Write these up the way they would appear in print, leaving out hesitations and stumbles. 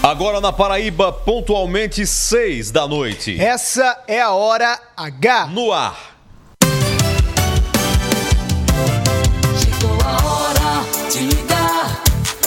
Agora na Paraíba, pontualmente 6 da noite. Essa é a Hora H. No ar. Chegou a hora de ligar,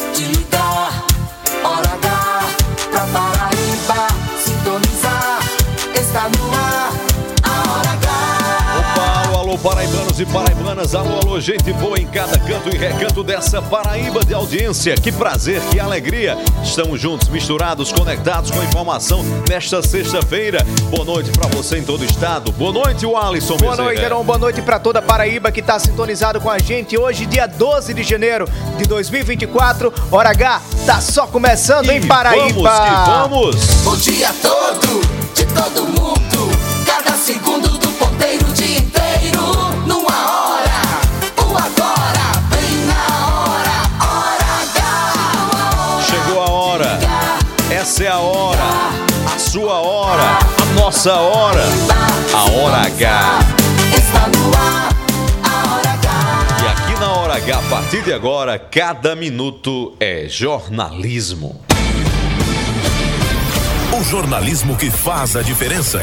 Hora H, pra Paraíba sintonizar. Está no ar, a Hora H. Opa, alô paraibanos e paraibanas, alô, gente boa em cada canto e recanto dessa Paraíba de audiência. Que prazer, que alegria. Estamos juntos, misturados, conectados com a informação nesta sexta-feira. Boa noite pra você em todo o estado. Boa noite, o Alisson Bezerra. Boa noite, Heron. Boa noite pra toda a Paraíba que tá sintonizado com a gente. Hoje, dia 12 de janeiro de 2024. Hora H tá só começando em Paraíba. Vamos. O dia todo, de todo mundo, cada segundo do ponteiro, o dia inteiro, numa hora, o agora, bem na hora, Hora H. Chegou a hora. Essa é a hora. A sua hora. A nossa hora. A Hora H. Está no ar, a Hora H. E aqui na Hora H, a partir de agora, cada minuto é jornalismo. O jornalismo que faz a diferença.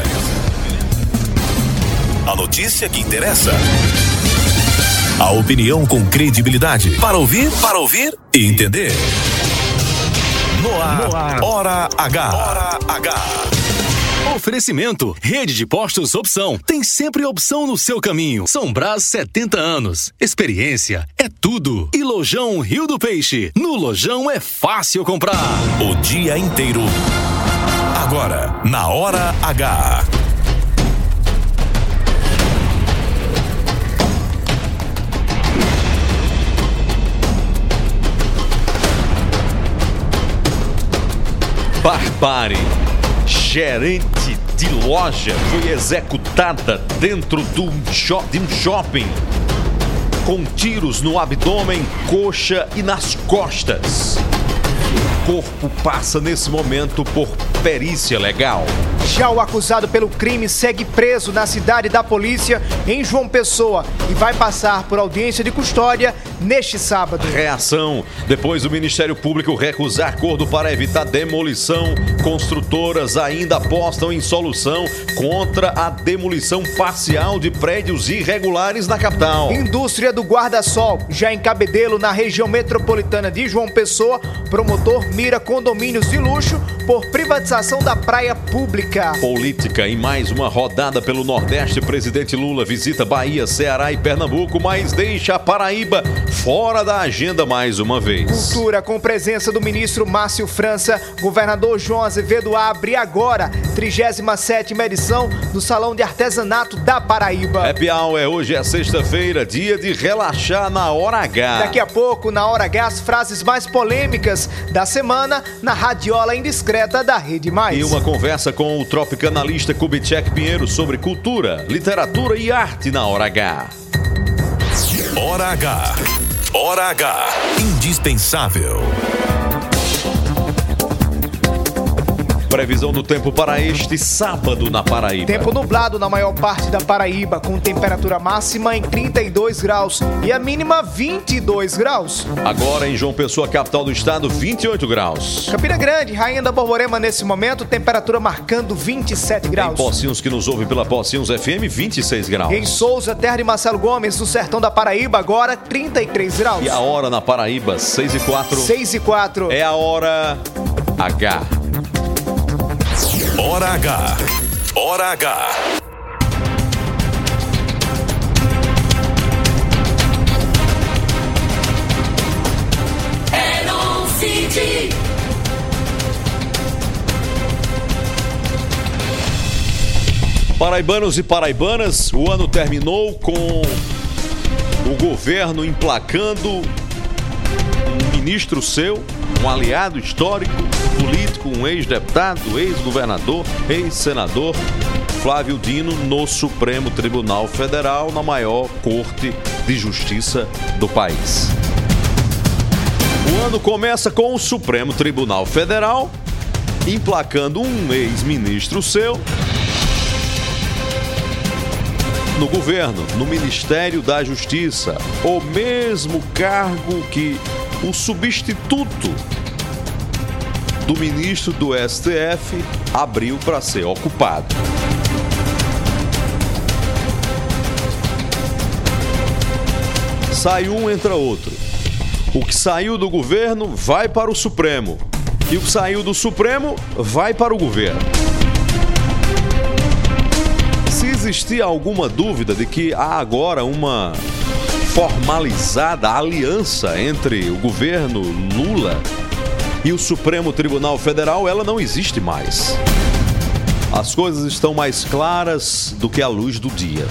A notícia que interessa. A opinião com credibilidade. Para ouvir e entender. No ar. Hora H. Hora H. Oferecimento, Rede de Postos Opção. Tem sempre opção no seu caminho. São Brás, 70 anos. Experiência é tudo. E Lojão Rio do Peixe. No Lojão é fácil comprar. O dia inteiro. Agora, na Hora H. Barbárie. Gerente de loja foi executada dentro de um shopping com tiros no abdômen, coxa e nas costas. O corpo passa nesse momento por perícia legal. Já o acusado pelo crime segue preso na cidade da polícia em João Pessoa e vai passar por audiência de custódia neste sábado. Reação depois do Ministério Público recusar acordo para evitar demolição. Construtoras ainda apostam em solução contra a demolição parcial de prédios irregulares na capital. Indústria do guarda-sol, já em Cabedelo, na região metropolitana de João Pessoa, promotor mira condomínios de luxo por privatização da praia pública. Política, em mais uma rodada pelo Nordeste, presidente Lula visita Bahia, Ceará e Pernambuco, mas deixa a Paraíba fora da agenda mais uma vez. Cultura, com presença do ministro Márcio França, governador João Azevedo abre agora 37ª edição do Salão de Artesanato da Paraíba. Happy Hour hoje é sexta-feira, dia de relaxar na Hora H. Daqui a pouco, na Hora H, as frases mais polêmicas da semana na radiola indiscreta da Rede Mais. E uma conversa com o tropicanalista Kubitschek Pinheiro sobre cultura, literatura e arte na Hora H. Hora H. Hora H. Indispensável. Previsão do tempo para este sábado na Paraíba. Tempo nublado na maior parte da Paraíba, com temperatura máxima em 32 graus e a mínima 22 graus. Agora em João Pessoa, capital do estado, 28 graus. Campina Grande, Rainha da Borborema, nesse momento, temperatura marcando 27 graus. Em Pocinhos, que nos ouve pela Pocinhos FM, 26 graus. Em Souza, terra de Marcelo Gomes, no sertão da Paraíba, agora 33 graus. E a hora na Paraíba, 6h04. 6h04. É a Hora H. Hora H. Hora H. Heron City. Paraibanos e paraibanas, o ano terminou com o governo emplacando um ministro seu, um aliado histórico, político, um ex-deputado, ex-governador, ex-senador, Flávio Dino, no Supremo Tribunal Federal, na maior corte de justiça do país. O ano começa com o Supremo Tribunal Federal emplacando um ex-ministro seu no governo, no Ministério da Justiça, o mesmo cargo que o substituto do ministro do STF abriu para ser ocupado. Sai um, entra outro. O que saiu do governo vai para o Supremo. E o que saiu do Supremo vai para o governo. Se existia alguma dúvida de que há agora uma formalizada aliança entre o governo Lula e o Supremo Tribunal Federal, ela não existe mais. As coisas estão mais claras do que a luz do dia.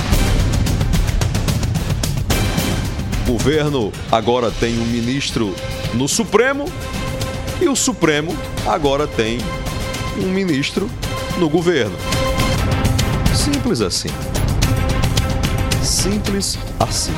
O governo agora tem um ministro no Supremo e o Supremo agora tem um ministro no governo. Simples assim. Simples assim.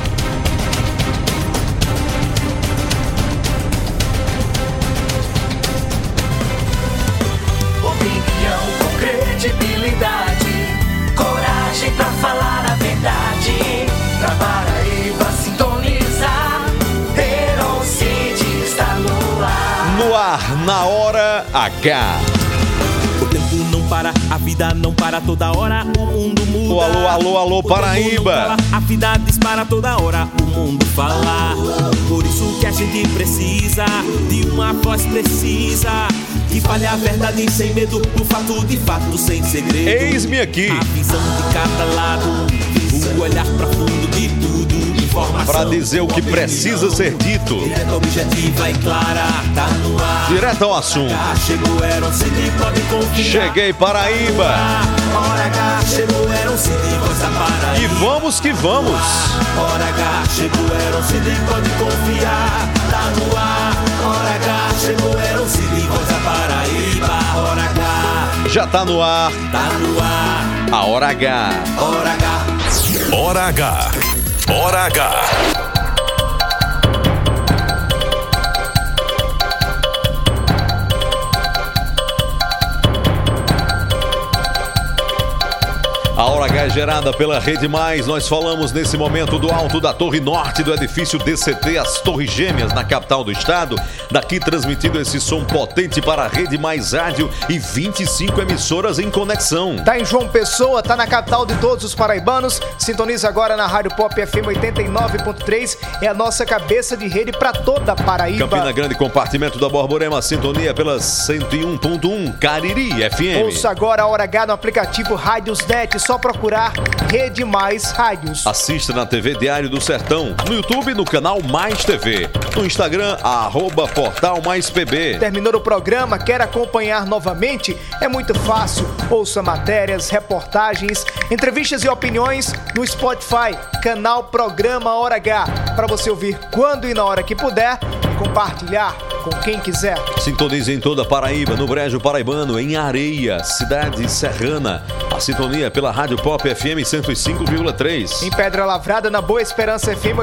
Opinião com credibilidade, coragem pra falar a verdade. Pra Paraíba sintonizar, Heron Cid está no ar. No ar, na hora H. O tempo não para, a vida não para, toda hora o mundo muda. Alô, alô, alô, Paraíba. A vida dispara, toda hora o mundo fala. Por isso que a gente precisa de uma voz precisa, que fale a verdade sem medo, do fato de fato sem segredo. Eis-me aqui. A visão de cada lado, o olhar profundo de tudo. Para dizer o que precisa ser dito. Direta, objetiva e clara, tá no ar. Direto ao assunto. Chegou, Heron Cid, pode confiar. Cheguei, Paraíba. Hora H, chegou, Heron Cid, voz da Paraíba. E vamos que vamos. Hora H, chegou, Heron Cid, pode confiar. Tá no ar. Hora H, chegou, Heron Cid, voz da Paraíba. Hora H, já tá no ar. tá no ar. A Hora H. Hora H. Hora H. Hora H. A Hora H é gerada pela Rede Mais. Nós falamos nesse momento do alto da Torre Norte do edifício DCT, as Torres Gêmeas, na capital do estado. Daqui transmitindo esse som potente para a Rede Mais Rádio e 25 emissoras em conexão. Tá em João Pessoa, tá na capital de todos os paraibanos. Sintoniza agora na Rádio Pop FM 89.3. É a nossa cabeça de rede para toda a Paraíba. Campina Grande, compartimento da Borborema, sintonia pela 101.1 Cariri FM. Ouça agora a Hora H no aplicativo Rádios Net. Só procurar Rede Mais Rádios. Assista na TV Diário do Sertão, no YouTube, no canal Mais TV, no Instagram, @Portal Mais PB. Terminou o programa, quer acompanhar novamente? É muito fácil. Ouça matérias, reportagens, entrevistas e opiniões no Spotify, canal Programa Hora H, para você ouvir quando e na hora que puder e compartilhar com quem quiser. Sintonize em toda a Paraíba, no Brejo Paraibano, em Areia, cidade serrana. A sintonia pela Rádio Pop FM 105,3. Em Pedra Lavrada, na Boa Esperança FM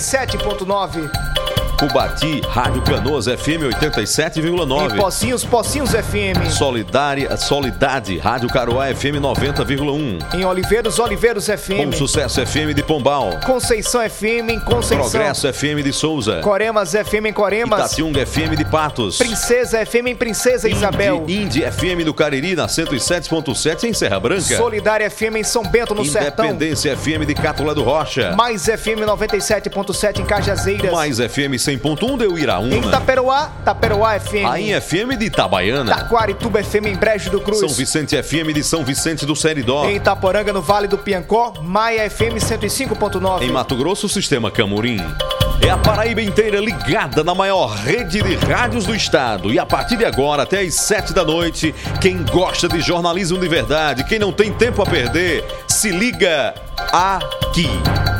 87.9. Cubati, Rádio Canoas FM 87,9. Em Pocinhos FM. Solidade, Rádio Caruá FM 90,1. Em Oliveiros FM. Bom Sucesso FM de Pombal. Conceição FM em Conceição. Progresso FM de Souza. Coremas FM em Coremas. Itatiunga FM de Patos. Princesa FM em Princesa Isabel. Indy FM do Cariri na 107.7 em Serra Branca. Solidária FM em São Bento no Sertão. Independência FM de Catolé do Rocha. Mais FM 97.7 em Cajazeiras. Mais FM 100.1 de Uiraúna. Em Taperoá FM. Rainha FM de Itabaiana. Taquarituba FM em Brejo do Cruz. São Vicente FM de São Vicente do Seridó. Em Itaporanga, no Vale do Piancó, Maia FM 105.9. Em Mato Grosso, Sistema Camurim. É a Paraíba inteira ligada na maior rede de rádios do estado. E a partir de agora, até às 7 da noite, quem gosta de jornalismo de verdade, quem não tem tempo a perder, se liga aqui.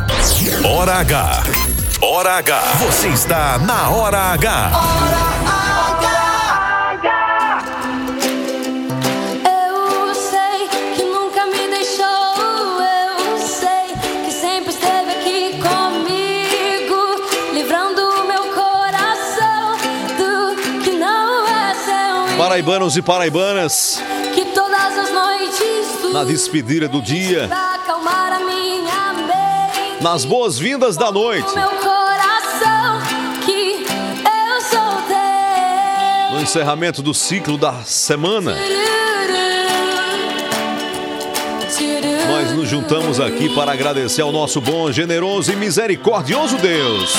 Hora H. Hora H. Você está na Hora H. Eu sei que nunca me deixou. Eu sei que sempre esteve aqui comigo, livrando o meu coração do que não é seu. Paraibanos e paraibanas, Que todas as noites na despedida do dia, pra acalmar a minha mente, nas boas-vindas da noite, meu coração que eu soltei. no No encerramento do ciclo da semana, nós nos juntamos aqui para agradecer ao nosso bom, generoso e misericordioso Deus.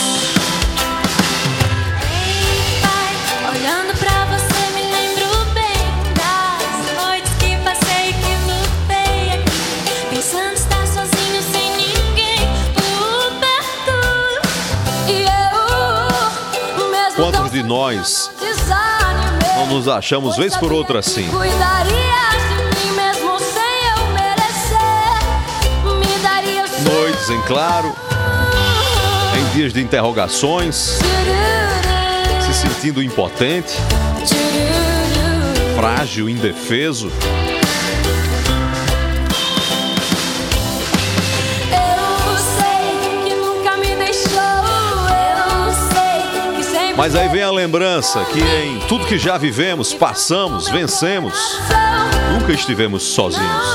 Olhando pra você me lembro bem das noites que passei, que lutei aqui, pensando estar sozinho sem ninguém por perto. E eu mesmo Quantos de nós não nos achamos vez por outra assim? Noites em claro, em dias de interrogações, se sentindo impotente, frágil, indefeso. Mas aí vem a lembrança que em tudo que já vivemos, passamos, vencemos, nunca estivemos sozinhos.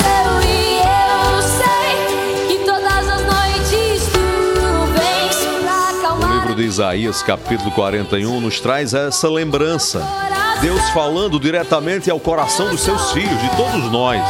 O livro de Isaías, capítulo 41, nos traz essa lembrança. Deus falando diretamente ao coração dos seus filhos, de todos nós.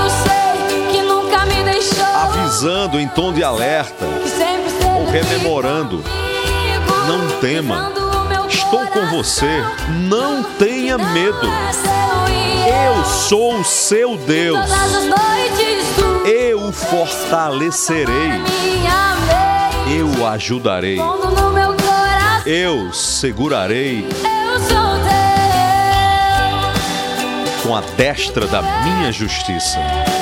Avisando em tom de alerta, ou rememorando. Não tema. Estou com você, não tenha medo. Eu sou o seu Deus. Eu o fortalecerei. Eu o ajudarei. Eu segurarei com a destra da minha justiça.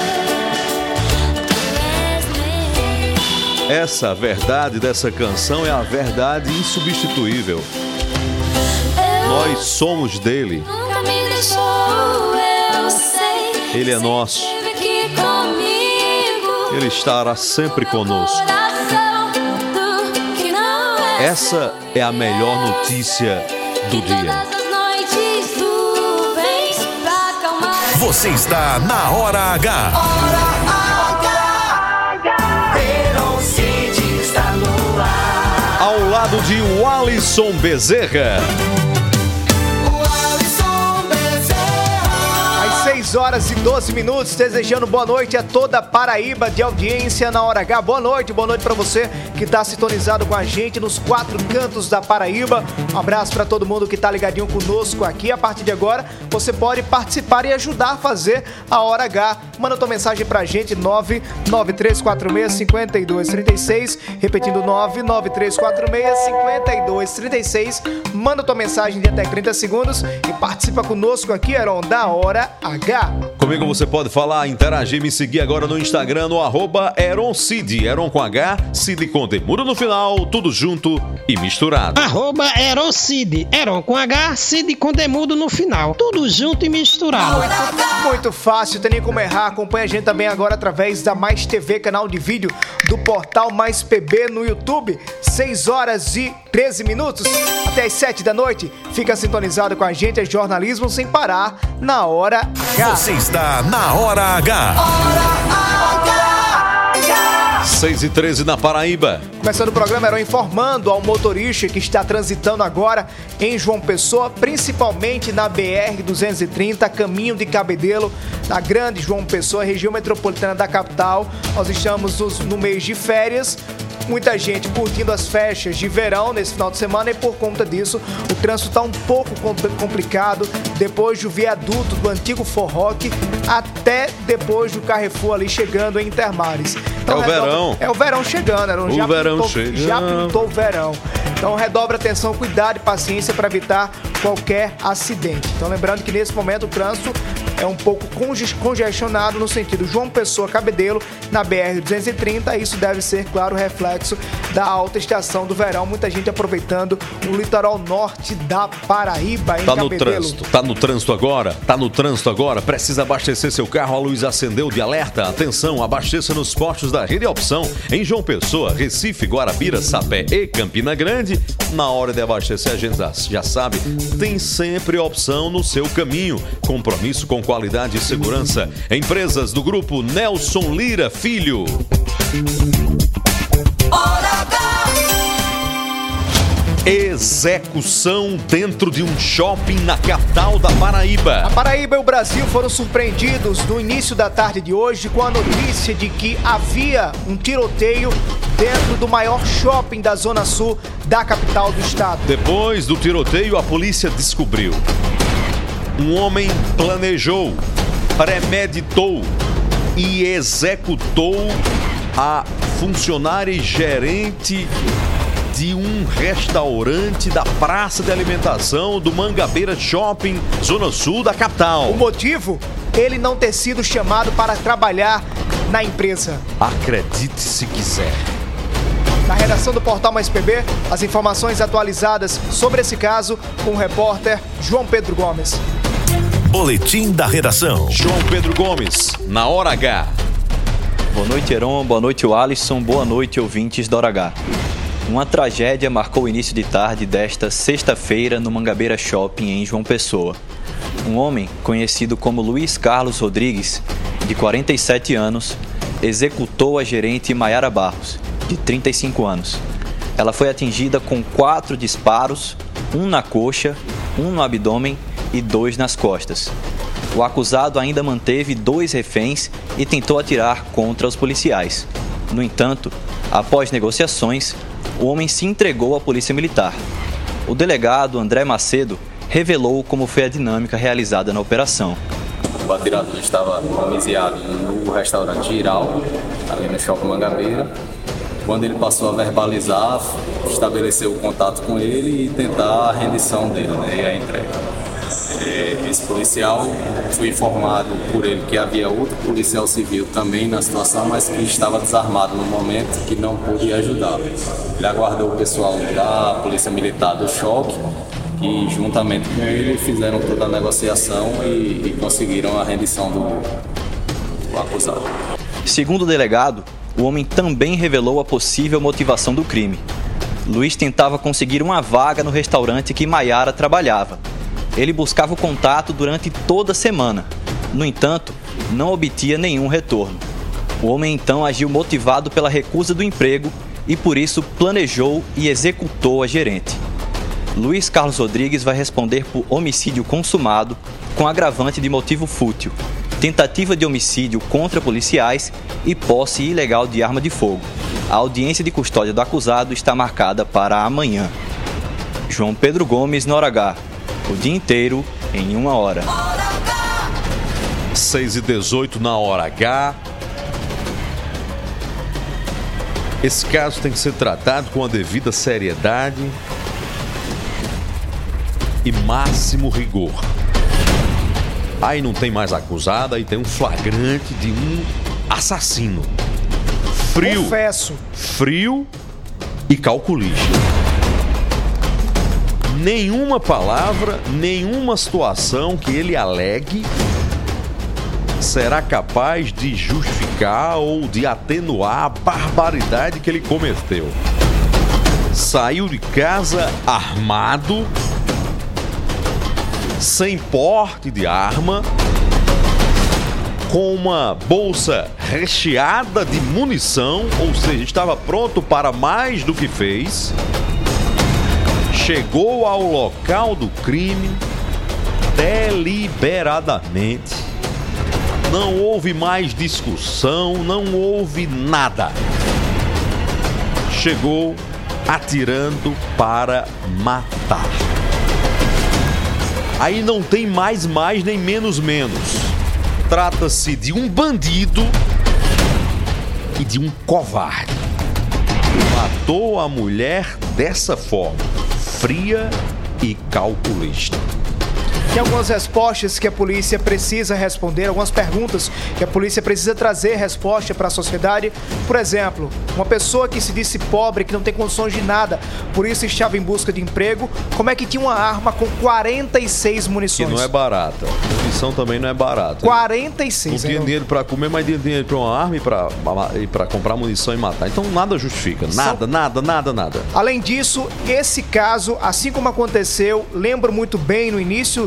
Essa verdade dessa canção é a verdade insubstituível. Nós somos dele. Ele é nosso. Ele estará sempre conosco. Essa é a melhor notícia do dia. Você está na Hora H. Ao lado de Walisson Bezerra. Às 6 horas e 12 minutos, desejando boa noite a toda a Paraíba de audiência na Hora H. Boa noite para você que está sintonizado com a gente nos 4 cantos da Paraíba. Um abraço para todo mundo que está ligadinho conosco aqui. A partir de agora, você pode participar e ajudar a fazer a Hora H. Manda tua mensagem pra gente, 99346-5236. Repetindo, 99346-5236. Manda tua mensagem de até 30 segundos e participa conosco aqui, Heron, da Hora H. Comigo você pode falar, interagir, me seguir agora no Instagram, no @EronCid. Heron com H, Cid com Demudo no final, tudo junto e misturado. @EronCid. Heron com H, Cid com Demudo no final, tudo junto e misturado. Muito fácil, tem nem como errar. Acompanha a gente também agora através da Mais TV, canal de vídeo do portal Mais PB no YouTube. 6 horas e 13 minutos, até as 7 da noite. Fica sintonizado com a gente, é jornalismo sem parar na Hora H. Você está na Hora H. 6h13 na Paraíba. Começando o programa, Heron, informando ao motorista que está transitando agora em João Pessoa, principalmente na BR-230, caminho de Cabedelo, na grande João Pessoa, região metropolitana da capital. Nós estamos no mês de férias. Muita gente curtindo as festas de verão nesse final de semana e por conta disso o trânsito está um pouco complicado depois do viaduto do antigo Forroque até depois do Carrefour ali chegando em Intermares. Então, é o verão. É o verão chegando, Heron. Já pintou o verão. Então redobra atenção, cuidado e paciência para evitar qualquer acidente. Então lembrando que nesse momento o trânsito é um pouco congestionado no sentido João Pessoa Cabedelo na BR-230. Isso deve ser, claro, reflexo da alta estação do verão. Muita gente aproveitando o litoral norte da Paraíba em Cabedelo. Tá no trânsito agora? Precisa abastecer seu carro? A luz acendeu de alerta? Atenção, abasteça nos postos da Rede Opção em João Pessoa, Recife, Guarabira, Sapé e Campina Grande. Na hora de abastecer, a gente já sabe, tem sempre opção no seu caminho. Compromisso com qualidade e segurança. Empresas do grupo Nelson Lira Filho. Execução dentro de um shopping na capital da Paraíba. A Paraíba e o Brasil foram surpreendidos no início da tarde de hoje com a notícia de que havia um tiroteio dentro do maior shopping da zona sul da capital do estado. Depois do tiroteio, a polícia descobriu: um homem planejou, premeditou e executou a funcionária e gerente de um restaurante da praça de alimentação do Mangabeira Shopping, zona sul da capital. O motivo? Ele não ter sido chamado para trabalhar na empresa. Acredite se quiser. Na redação do Portal Mais PB, as informações atualizadas sobre esse caso com o repórter João Pedro Gomes. Boletim da redação. João Pedro Gomes, na Hora H. Boa noite, Heron. Boa noite, Alisson. Boa noite, ouvintes da Hora H. Uma tragédia marcou o início de tarde desta sexta-feira no Mangabeira Shopping, em João Pessoa. Um homem, conhecido como Luiz Carlos Rodrigues, de 47 anos, executou a gerente Maiara Barros, de 35 anos. Ela foi atingida com 4 disparos, um na coxa, um no abdômen e 2 nas costas. O acusado ainda manteve 2 reféns e tentou atirar contra os policiais. No entanto, após negociações, o homem se entregou à polícia militar. O delegado André Macedo revelou como foi a dinâmica realizada na operação. O atirador estava domiciliado no restaurante Giral, ali no Shopping Mangabeira. Quando ele passou a verbalizar, estabeleceu o contato com ele e tentar a rendição dele, e a entrega. Esse policial, foi informado por ele que havia outro policial civil também na situação, mas que estava desarmado no momento, que não pôde ajudar. Ele aguardou o pessoal da Polícia Militar do choque e, juntamente com ele, fizeram toda a negociação e conseguiram a rendição do acusado. Segundo o delegado, o homem também revelou a possível motivação do crime. Luiz tentava conseguir uma vaga no restaurante que Maiara trabalhava. Ele buscava o contato durante toda a semana. No entanto, não obtinha nenhum retorno. O homem então agiu motivado pela recusa do emprego e por isso planejou e executou a gerente. Luiz Carlos Rodrigues vai responder por homicídio consumado com agravante de motivo fútil, tentativa de homicídio contra policiais e posse ilegal de arma de fogo. A audiência de custódia do acusado está marcada para amanhã. João Pedro Gomes, na Hora H. O dia inteiro em 1 hora. 6h18 na Hora H. Esse caso tem que ser tratado com a devida seriedade e máximo rigor. Aí não tem mais acusado, aí tem um flagrante de um assassino. Frio. Confesso. Frio e calculista. Nenhuma palavra, nenhuma situação que ele alegue será capaz de justificar ou de atenuar a barbaridade que ele cometeu. Saiu de casa armado, sem porte de arma, com uma bolsa recheada de munição, ou seja, estava pronto para mais do que fez. Chegou ao local do crime deliberadamente. Não houve mais discussão, não houve nada. Chegou atirando para matar. Aí não tem mais nem menos. Trata-se de um bandido e de um covarde. Matou a mulher dessa forma, fria e calculista. Tem algumas respostas que a polícia precisa responder, algumas perguntas que a polícia precisa trazer resposta para a sociedade. Por exemplo, uma pessoa que se disse pobre, que não tem condições de nada, por isso estava em busca de emprego, como é que tinha uma arma com 46 munições? Que não é barata. Munição também não é barata. 46. Não tinha dinheiro para comer, mas tinha dinheiro para uma arma e para comprar munição e matar. Então nada justifica. Nada. Além disso, esse caso, assim como aconteceu, lembro muito bem no início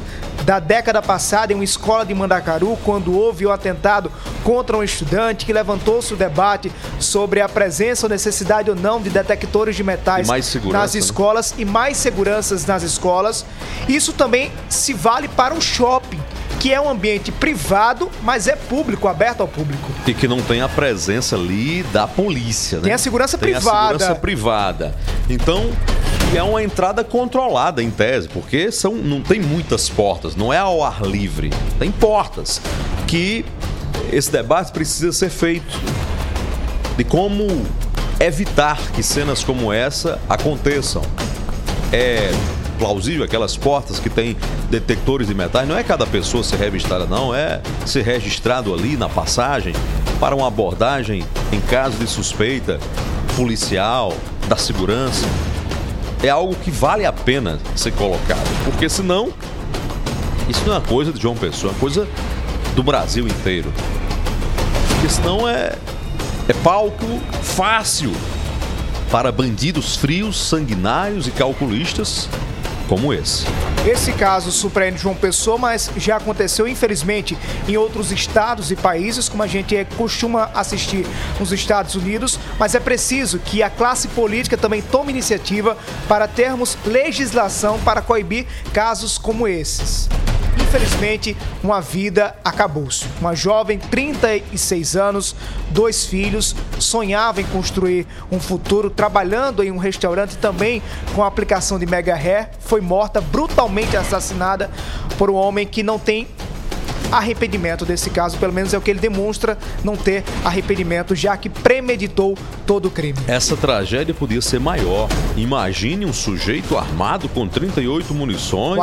da década passada em uma escola de Mandacaru, quando houve o atentado contra um estudante, que levantou-se o debate sobre a presença ou necessidade ou não de detectores de metais nas escolas, e mais seguranças nas escolas. Isso também se vale para o shopping, que é um ambiente privado, mas é público, aberto ao público. E que não tem a presença ali da polícia, né? Tem a segurança privada. A segurança privada. Então, é uma entrada controlada, em tese, porque não tem muitas portas, não é ao ar livre. Tem portas que esse debate precisa ser feito. De como evitar que cenas como essa aconteçam. É plausível aquelas portas que tem detectores de metais, não é cada pessoa ser registrada, não, é ser registrado ali na passagem para uma abordagem em caso de suspeita policial, da segurança. É algo que vale a pena ser colocado, porque senão isso não é uma coisa de João Pessoa, é uma coisa do Brasil inteiro. Porque senão é palco fácil para bandidos frios, sanguinários e calculistas como esse. Esse caso surpreende João Pessoa, mas já aconteceu, infelizmente, em outros estados e países, como a gente costuma assistir nos Estados Unidos, mas é preciso que a classe política também tome iniciativa para termos legislação para coibir casos como esses. Infelizmente, uma vida acabou-se. Uma jovem, 36 anos, 2 filhos, sonhava em construir um futuro trabalhando em um restaurante também com a aplicação de Mega Hair. Foi morta, brutalmente assassinada por um homem que não tem arrependimento desse caso, pelo menos é o que ele demonstra, não ter arrependimento, já que premeditou todo o crime. Essa tragédia podia ser maior. Imagine um sujeito armado com 38 munições.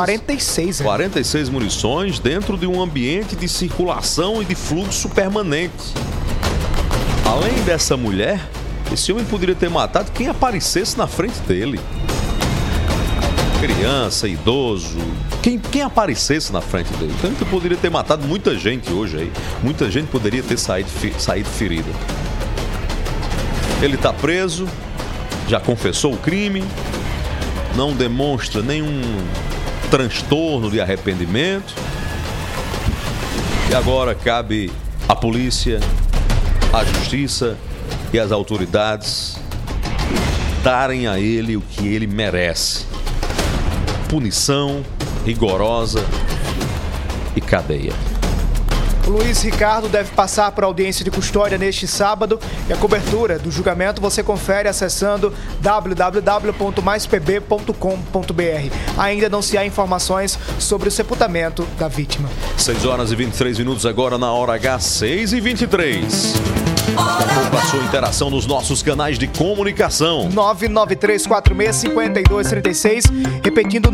46 munições dentro de um ambiente de circulação e de fluxo permanente. Além dessa mulher, esse homem poderia ter matado quem aparecesse na frente dele. Criança, idoso, quem aparecesse na frente dele. Então ele poderia ter matado muita gente hoje aí. Muita gente poderia ter saído ferida. Ele está preso, já confessou o crime, não demonstra nenhum transtorno de arrependimento. E agora cabe à polícia, à justiça e às autoridades darem a ele o que ele merece. Punição rigorosa e cadeia. O Luiz Ricardo deve passar por audiência de custódia neste sábado e a cobertura do julgamento você confere acessando www.maispb.com.br. Ainda não se há informações sobre o sepultamento da vítima. 6h23 agora na hora H, 6h23. Daqui a pouco a sua interação nos nossos canais de comunicação. 993465236, repetindo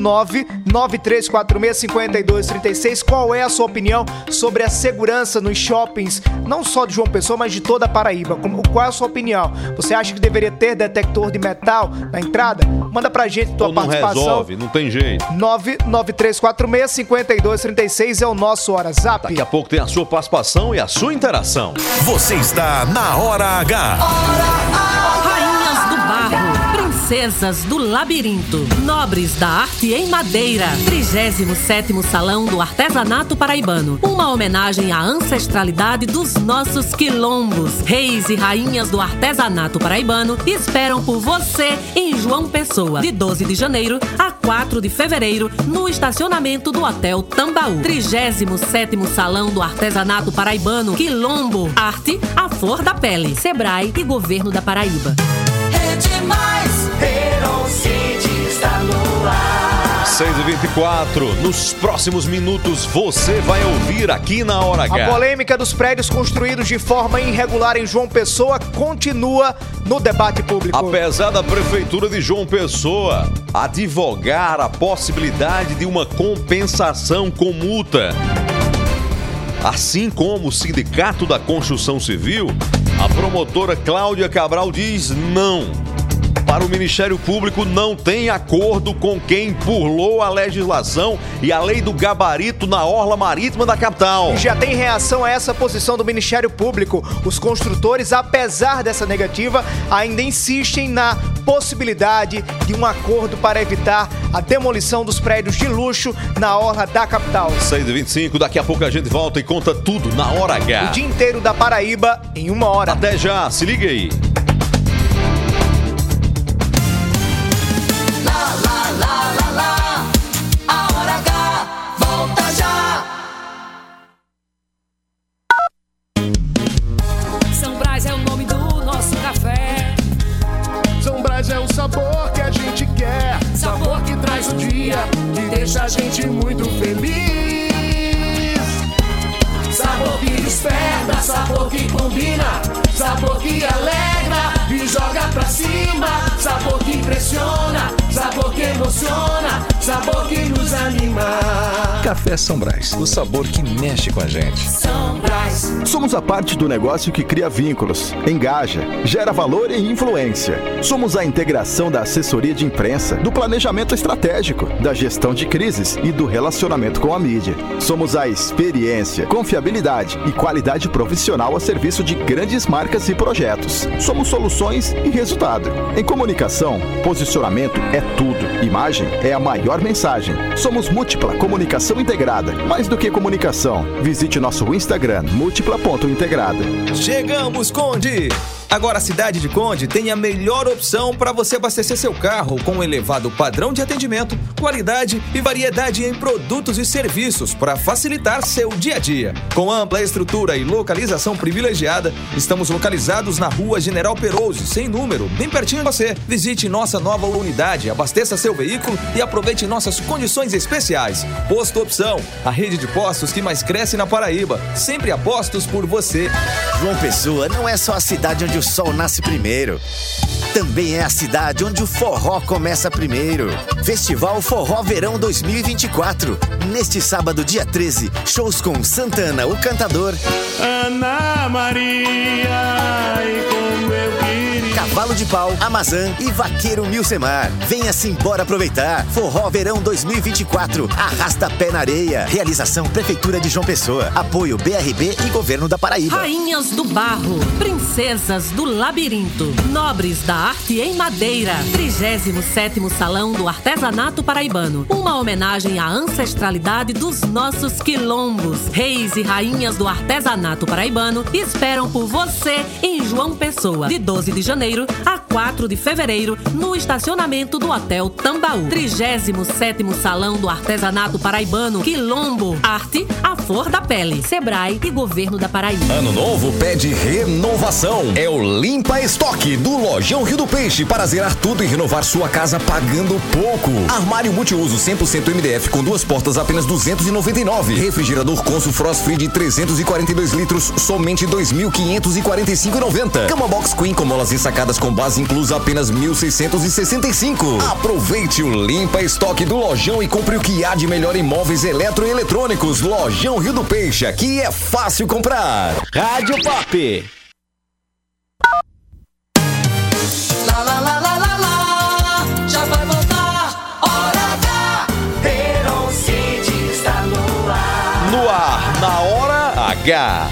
993465236. Qual é a sua opinião sobre a segurança nos shoppings, não só de João Pessoa, mas de toda a Paraíba? Qual é a sua opinião? Você acha que deveria ter detector de metal na entrada? Manda pra gente tua participação. Não resolve, não tem jeito. 993465236 é o nosso WhatsApp. Daqui a pouco tem a sua participação e a sua interação. Você está na Hora H. Rainhas do Barro, princesas do labirinto, nobres da arte em madeira. 37º Salão do Artesanato Paraibano. Uma homenagem à ancestralidade dos nossos quilombos. Reis e rainhas do artesanato paraibano esperam por você em João Pessoa, de 12 de janeiro a 4 de fevereiro, no estacionamento do Hotel Tambaú. 37º Salão do Artesanato Paraibano, Quilombo, arte à flor da pele. Sebrae e Governo da Paraíba. Rede Mais, Herocide está no ar. 6h24, nos próximos minutos você vai ouvir aqui na Hora H. A polêmica dos prédios construídos de forma irregular em João Pessoa continua no debate público. Apesar da Prefeitura de João Pessoa advogar a possibilidade de uma compensação com multa, assim como o Sindicato da Construção Civil, a promotora Cláudia Cabral diz não. Para o Ministério Público, não tem acordo com quem burlou a legislação e a lei do gabarito na orla marítima da capital. Já tem reação a essa posição do Ministério Público. Os construtores, apesar dessa negativa, ainda insistem na possibilidade de um acordo para evitar a demolição dos prédios de luxo na orla da capital. 6h25, daqui a pouco a gente volta e conta tudo na Hora H. O dia inteiro da Paraíba em 1 hora. Até já, se liga aí. A Hora H volta já. São Brás é o nome do nosso café. São Brás é o sabor que a gente quer. Sabor que traz o dia, que deixa a gente muito feliz. Sabor que desperta, sabor que combina, sabor que alegra e joga pra cima. Sabor que impressiona, sabor que emociona, sabor que nos anima. Café São Brás, o sabor que mexe com a gente. São Brás. Somos a parte do negócio que cria vínculos, engaja, gera valor e influência. Somos a integração da assessoria de imprensa, do planejamento estratégico, da gestão de crises e do relacionamento com a mídia. Somos a experiência, confiabilidade e qualidade profissional a serviço de grandes marcas e projetos. Somos soluções e resultado. Em comunicação, posicionamento é tudo. Imagem é a maior mensagem. Somos Múltipla Comunicação Integrada. Mais do que comunicação, visite nosso Instagram, múltipla.integrada. Chegamos, Conde! Agora a cidade de Conde tem a melhor opção para você abastecer seu carro com um elevado padrão de atendimento, qualidade e variedade em produtos e serviços para facilitar seu dia a dia. Com ampla estrutura e localização privilegiada, estamos localizados na Rua General Perouse, sem número, bem pertinho de você. Visite nossa nova unidade, abasteça seu veículo e aproveite nossas condições especiais. Posto Opção, a rede de postos que mais cresce na Paraíba, sempre apostos por você. João Pessoa não é só a cidade onde o sol nasce primeiro. Também é a cidade onde o forró começa primeiro. Festival Forró Verão 2024. Neste sábado, dia 13, shows com Santana, o cantador, Ana Maria e como eu queria. Cavalo de Pau, Amazã e Vaqueiro Milcemar. Venha-se embora aproveitar. Forró Verão 2024. Arrasta pé na areia. Realização Prefeitura de João Pessoa. Apoio BRB e Governo da Paraíba. Rainhas do Barro, Princesas do Labirinto, Nobres da Arte em Madeira, 37º Salão do Artesanato Paraibano. Uma homenagem à ancestralidade dos nossos quilombos. Reis e rainhas do artesanato paraibano esperam por você em João Pessoa, de 12 de janeiro a 4 de fevereiro, no estacionamento do Hotel Tambaú. 37º Salão do Artesanato Paraibano, Quilombo, Arte, a Flor da Pele, Sebrae e Governo da Paraíba. Ano novo pede renovação. É o Limpa Estoque do Lojão Rio do Peixe para zerar tudo e renovar sua casa pagando pouco. Armário multiuso 100% MDF com 2 portas apenas R$299. Refrigerador Consul Frost Free de 342 litros somente R$2.545,90. Cama Box Queen com molas ensacadas com base inclusa apenas R$1.665. Aproveite o Limpa Estoque do Lojão e compre o que há de melhor em móveis eletroeletrônicos. Lojão Rio do Peixe, aqui é fácil comprar. Rádio Pop. Lá, lá, lá, lá, lá, lá. Já vai voltar. Hora H. Heron City está no ar. No ar, na Hora H.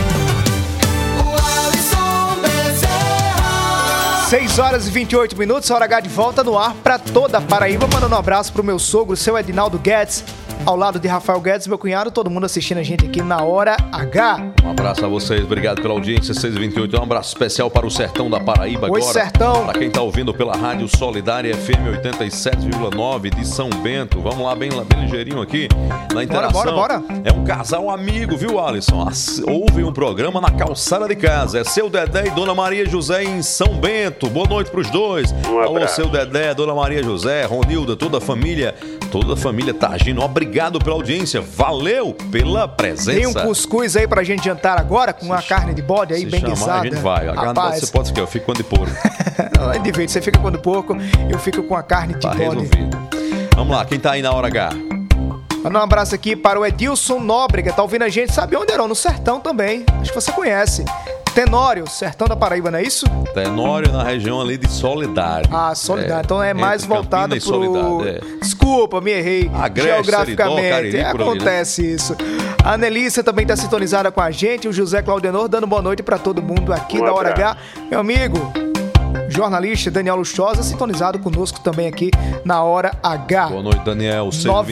6 horas e 28 minutos, Hora H de volta no ar para toda a Paraíba. Mandando um abraço pro meu sogro, seu Edinaldo Guedes, ao lado de Rafael Guedes, meu cunhado, todo mundo assistindo a gente aqui na Hora H. Um abraço a vocês, obrigado pela audiência, 6h28. Um abraço especial para o sertão da Paraíba. Oi, agora. sertão. Para quem tá ouvindo pela Rádio Solidária FM 87,9 de São Bento. Vamos lá, bem ligeirinho aqui na interação. Bora. É um casal amigo, viu, Alisson? Ouvem um programa na calçada de casa. É seu Dedé e Dona Maria José em São Bento. Boa noite pros dois. Alô, seu Dedé, Dona Maria José, Ronilda, toda a família Targino. Obrigado pela audiência, valeu pela presença. Tem um cuscuz aí pra gente jantar agora, com uma carne de bode aí, bem guisada. A gente vai. A carne você pode ficar, eu fico com a de porco. Não é de vez, você fica com a de porco, eu fico com a carne de bode. Resolvido. Vamos lá, quem tá aí na Hora H? Mandar um abraço aqui para o Edilson Nóbrega, tá ouvindo a gente, sabe onde, Heron? No Sertão também, acho que você conhece. Tenório, Sertão da Paraíba, não é isso? Tenório na região ali de Soledade. Ah, Soledade. Então é mais voltado pro... Soledade, Desculpa, me errei. Agreste, geograficamente. Seridó, Cariri, Acontece ali, né? isso. A Anelícia também está sintonizada com a gente. O José Claudenor dando boa noite para todo mundo aqui da Hora H. Meu amigo, jornalista Daniel Luchosa, sintonizado conosco também aqui na Hora H. Boa noite, Daniel.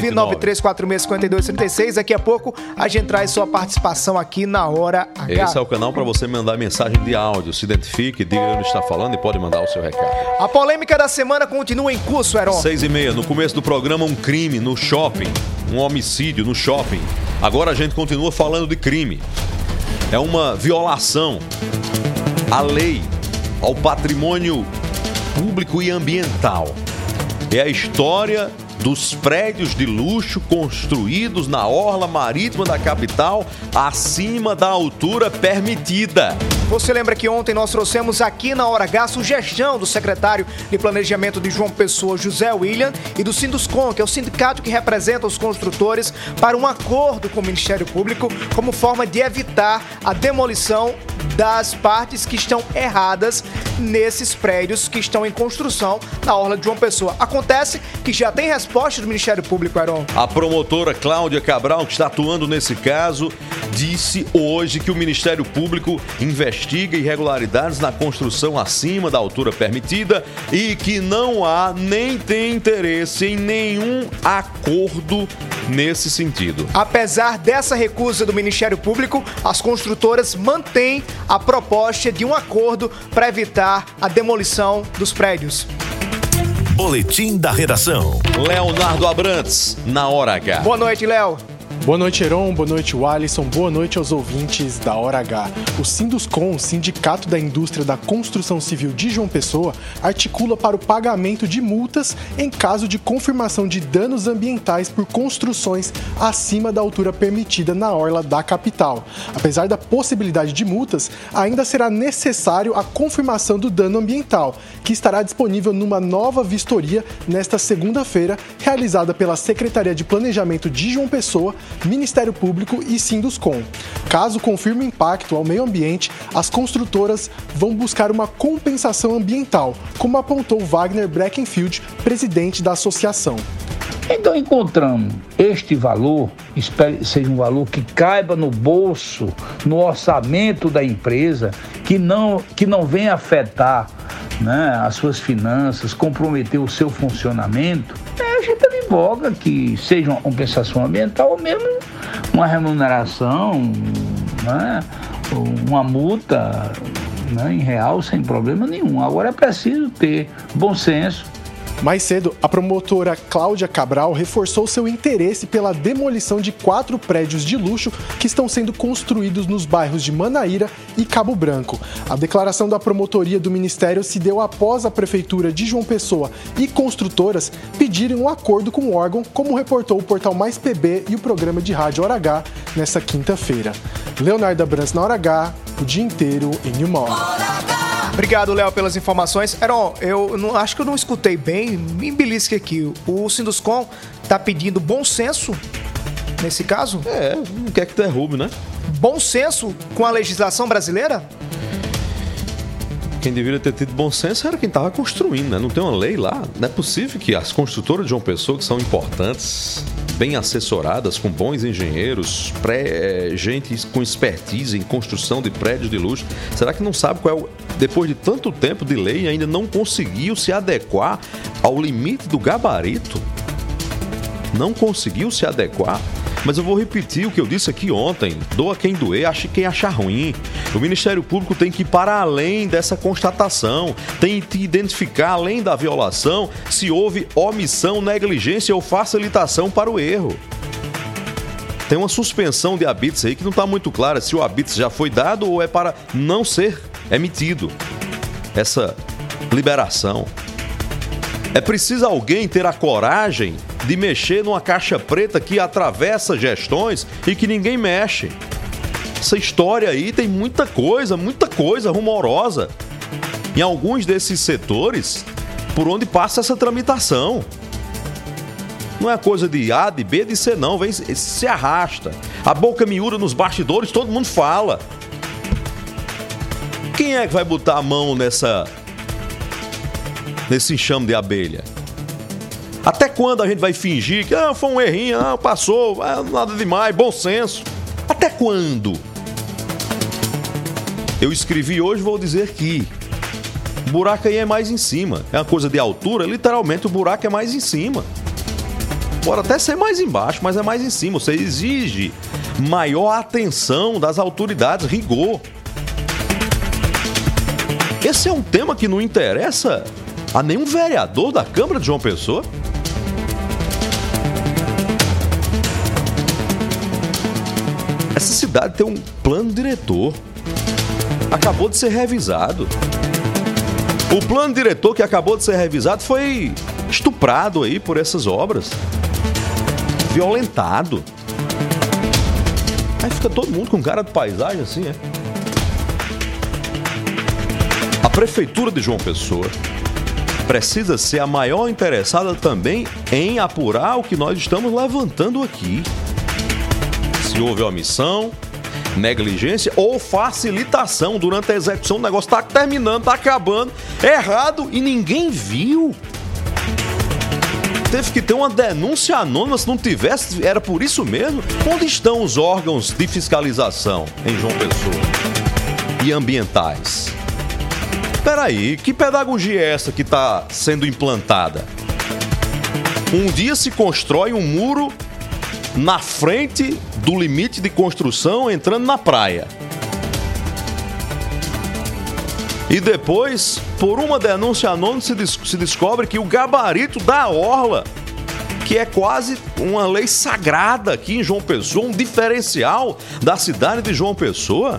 993465236. Daqui a pouco a gente traz sua participação aqui na Hora H. Esse é o canal para você mandar mensagem de áudio. Se identifique, diga onde está falando e pode mandar o seu recado. A polêmica da semana continua em curso, Heron. 6h30, no começo do programa, um crime no shopping. Um homicídio no shopping. Agora a gente continua falando de crime. É uma violação à lei, ao patrimônio público e ambiental. É a história dos prédios de luxo construídos na orla marítima da capital acima da altura permitida. Você lembra que ontem nós trouxemos aqui na Hora H a sugestão do secretário de Planejamento de João Pessoa, José William, e do Sinduscon, que é o sindicato que representa os construtores, para um acordo com o Ministério Público como forma de evitar a demolição das partes que estão erradas nesses prédios que estão em construção na orla de João Pessoa. Acontece que já tem resposta do Ministério Público, Heron. A promotora Cláudia Cabral, que está atuando nesse caso, disse hoje que o Ministério Público investiga irregularidades na construção acima da altura permitida e que não há nem tem interesse em nenhum acordo nesse sentido. Apesar dessa recusa do Ministério Público, as construtoras mantêm a proposta de um acordo para evitar a demolição dos prédios. Boletim da Redação. Leonardo Abrantes, na Hora H. Boa noite, Léo. Boa noite, Heron. Boa noite, Alisson. Boa noite aos ouvintes da Hora H. O Sinduscon, Sindicato da Indústria da Construção Civil de João Pessoa, articula para o pagamento de multas em caso de confirmação de danos ambientais por construções acima da altura permitida na orla da capital. Apesar da possibilidade de multas, ainda será necessário a confirmação do dano ambiental, que estará disponível numa nova vistoria nesta segunda-feira, realizada pela Secretaria de Planejamento de João Pessoa, Ministério Público e Sinduscon. Caso confirme o impacto ao meio ambiente, as construtoras vão buscar uma compensação ambiental, como apontou Wagner Breckenfield, presidente da associação. Então encontramos este valor, espero seja um valor que caiba no bolso, no orçamento da empresa, que não venha afetar, né, as suas finanças, comprometer o seu funcionamento. A gente advoga que seja uma compensação ambiental ou mesmo uma remuneração, né, uma multa, né, em real, sem problema nenhum. Agora é preciso ter bom senso. Mais cedo, a promotora Cláudia Cabral reforçou seu interesse pela demolição de 4 prédios de luxo que estão sendo construídos nos bairros de Manaíra e Cabo Branco. A declaração da promotoria do Ministério se deu após a Prefeitura de João Pessoa e construtoras pedirem um acordo com o órgão, como reportou o portal Mais PB e o programa de rádio Hora H nesta quinta-feira. Leonardo Abrantes na Hora H, o dia inteiro em uma hora. Obrigado, Léo, pelas informações. Heron, acho que eu não escutei bem, me embelisque aqui. O Sinduscon está pedindo bom senso nesse caso? Não quer que derrube, né? Bom senso com a legislação brasileira? Quem deveria ter tido bom senso era quem estava construindo, né? Não tem uma lei lá. Não é possível que as construtoras de João Pessoa, que são importantes, bem assessoradas, com bons engenheiros, gente com expertise em construção de prédios de luxo, será que não sabe qual é depois de tanto tempo de lei, ainda não conseguiu se adequar ao limite do gabarito? Não conseguiu se adequar? Mas eu vou repetir o que eu disse aqui ontem. Doa quem doer, ache quem achar ruim. O Ministério Público tem que ir para além dessa constatação. Tem que identificar, além da violação, se houve omissão, negligência ou facilitação para o erro. Tem uma suspensão de habites aí que não está muito clara se o habites já foi dado ou é para não ser emitido essa liberação. É preciso alguém ter a coragem de mexer numa caixa preta que atravessa gestões e que ninguém mexe. Essa história aí tem muita coisa rumorosa em alguns desses setores por onde passa essa tramitação. Não é coisa de A, de B, de C, não. Vem, se arrasta. A boca miúda nos bastidores, todo mundo fala. Quem é que vai botar a mão nesse enxame de abelha? Até quando a gente vai fingir que foi um errinho, passou, nada demais, bom senso? Até quando? Eu escrevi hoje, vou dizer que o buraco aí é mais em cima. É uma coisa de altura, literalmente o buraco é mais em cima. Pode até ser mais embaixo, mas é mais em cima. Você exige maior atenção das autoridades, rigor. Esse é um tema que não interessa a nenhum vereador da Câmara de João Pessoa. Essa cidade tem um plano diretor. Acabou de ser revisado. O plano diretor que acabou de ser revisado foi estuprado aí por essas obras. Violentado. Aí fica todo mundo com cara de paisagem assim, é? A Prefeitura de João Pessoa precisa ser a maior interessada também em apurar o que nós estamos levantando aqui. Se houve omissão, negligência ou facilitação durante a execução, o negócio está terminando, está acabando, errado e ninguém viu. Teve que ter uma denúncia anônima, se não tivesse, era por isso mesmo. Onde estão os órgãos de fiscalização em João Pessoa? E ambientais? Peraí, que pedagogia é essa que está sendo implantada? Um dia se constrói um muro na frente do limite de construção, entrando na praia. E depois, por uma denúncia anônima, se descobre que o gabarito da orla, que é quase uma lei sagrada aqui em João Pessoa, um diferencial da cidade de João Pessoa,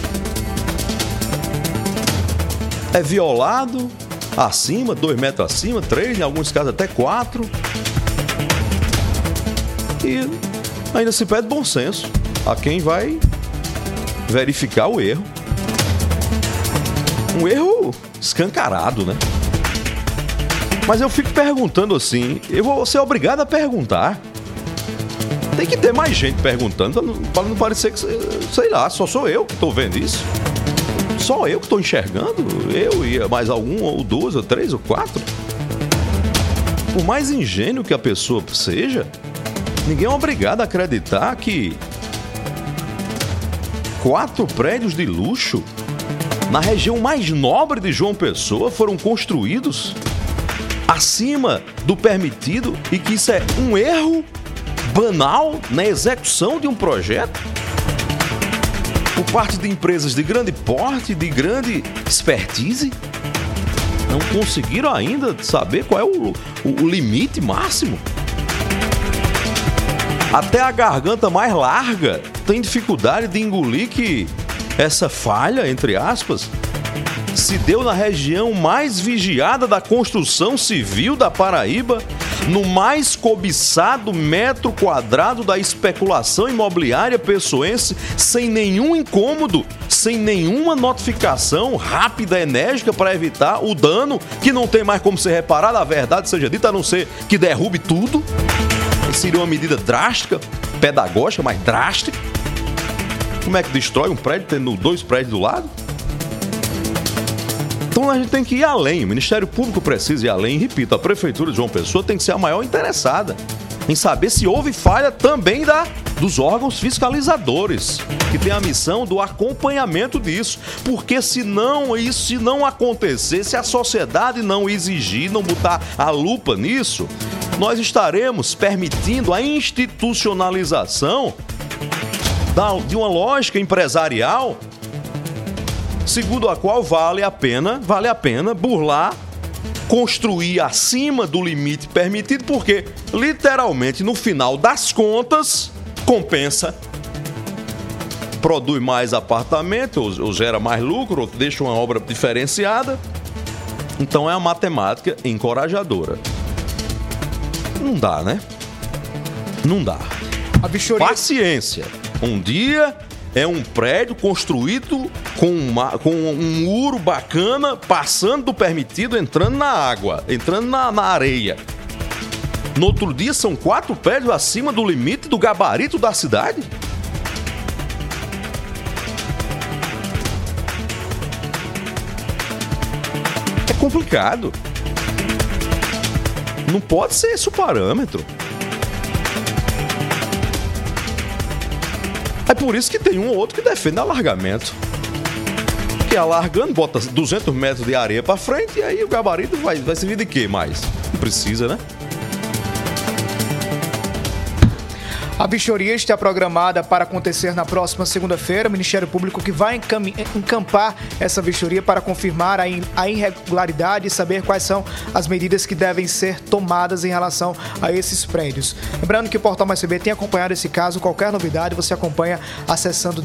é violado acima, 2 metros acima, 3, em alguns casos até 4. E ainda se pede bom senso a quem vai verificar o erro. Um erro escancarado, né? Mas eu fico perguntando assim, eu vou ser obrigado a perguntar. Tem que ter mais gente perguntando para não parecer que, sei lá, só sou eu que estou vendo isso. Só eu que estou enxergando? Eu e mais algum, ou 2, ou 3, ou 4? Por mais ingênuo que a pessoa seja, ninguém é obrigado a acreditar que 4 prédios de luxo na região mais nobre de João Pessoa foram construídos acima do permitido e que isso é um erro banal na execução de um projeto por parte de empresas de grande porte, de grande expertise. Não conseguiram ainda saber qual é o limite máximo. Até a garganta mais larga tem dificuldade de engolir que essa falha, entre aspas, se deu na região mais vigiada da construção civil da Paraíba, no mais cobiçado metro quadrado da especulação imobiliária pessoense, sem nenhum incômodo, sem nenhuma notificação rápida, enérgica para evitar o dano que não tem mais como ser reparado, a verdade seja dita, a não ser que derrube tudo. Seria uma medida drástica, pedagógica, mas drástica. Como é que destrói um prédio tendo 2 prédios do lado? Então a gente tem que ir além. O Ministério Público precisa ir além. E, repito, a Prefeitura de João Pessoa tem que ser a maior interessada em saber se houve falha também dos órgãos fiscalizadores, que tem a missão do acompanhamento disso. Porque se não acontecer, se a sociedade não exigir, não botar a lupa nisso, nós estaremos permitindo a institucionalização de uma lógica empresarial segundo a qual vale a pena burlar, construir acima do limite permitido, porque literalmente no final das contas compensa, produz mais apartamento ou gera mais lucro, ou deixa uma obra diferenciada. Então é uma matemática encorajadora. Não dá, né? Não dá. Paciência. Um dia é um prédio construído com um muro bacana, passando do permitido, entrando na água, entrando na areia. No outro dia são 4 prédios acima do limite do gabarito da cidade? É complicado. Não pode ser esse o parâmetro. É por isso que tem um ou outro que defende alargamento. Que alargando, bota 200 metros de areia pra frente e aí o gabarito vai servir de quê mais? Não precisa, né? A vistoria está programada para acontecer na próxima segunda-feira. O Ministério Público que vai encampar essa vistoria para confirmar a irregularidade e saber quais são as medidas que devem ser tomadas em relação a esses prédios. Lembrando que o Portal Mais PB tem acompanhado esse caso. Qualquer novidade você acompanha acessando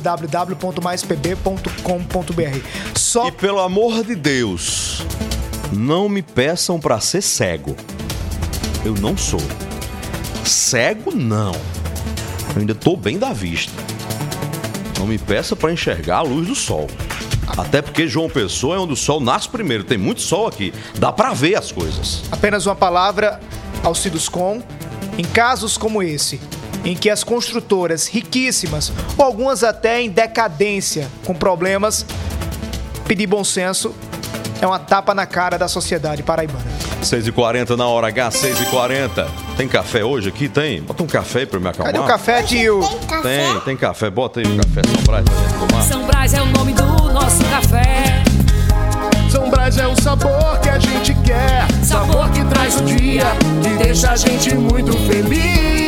www.maispb.com.br. E pelo amor de Deus, não me peçam para ser cego. Eu não sou. Cego, não. Eu ainda tô bem da vista. Não me peça para enxergar a luz do sol. Até porque João Pessoa é onde o sol nasce primeiro. Tem muito sol aqui. Dá para ver as coisas. Apenas uma palavra ao Sinduscom. Em casos como esse, em que as construtoras riquíssimas, ou algumas até em decadência, com problemas, pedir bom senso é uma tapa na cara da sociedade paraibana. 6h40 na hora H, 6h40. Tem café hoje aqui? Tem? Bota um café aí pra eu me acalmar. Cadê o café, tio? Tem café. Bota aí o café São Brás pra gente tomar. São Brás é o nome do nosso café. São Brás é o sabor que a gente quer. Sabor que traz o dia, que deixa a gente muito feliz.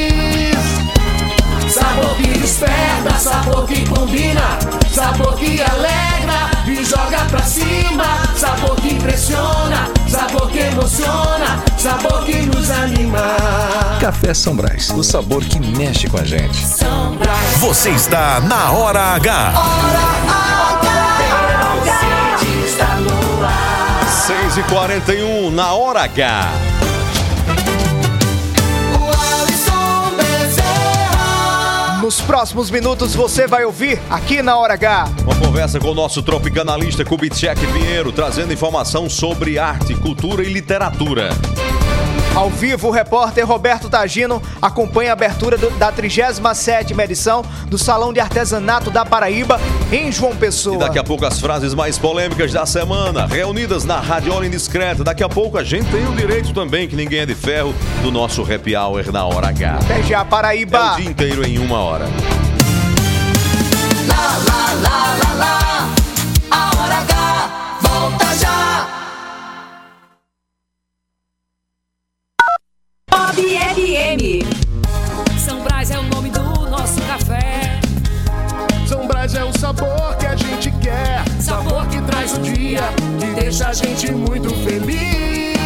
Sabor que desperta, sabor que combina, sabor que alegra e joga pra cima. Sabor que impressiona, sabor que emociona, sabor que nos anima. Café São Brás, o sabor que mexe com a gente. São Brás. Você está na Hora H. Está no ar. 6h41 na Hora H. Nos próximos minutos você vai ouvir aqui na Hora H. Uma conversa com o nosso tropicanalista Kubitschek Pinheiro, trazendo informação sobre arte, cultura e literatura. Ao vivo, o repórter Roberto Tagino acompanha a abertura da 37ª edição do Salão de Artesanato da Paraíba, em João Pessoa. E daqui a pouco as frases mais polêmicas da semana, reunidas na Radiola Indiscreta. Daqui a pouco a gente tem o direito também, que ninguém é de ferro, do nosso Happy Hour na Hora H. Até já, Paraíba! É o dia inteiro em 1 hora. Lá, lá, lá, lá, lá. A Hora H volta já. Bob FM. São Brás é o nome do nosso café. São Brás é o sabor que a gente quer. Sabor que traz o dia, que deixa a gente muito feliz.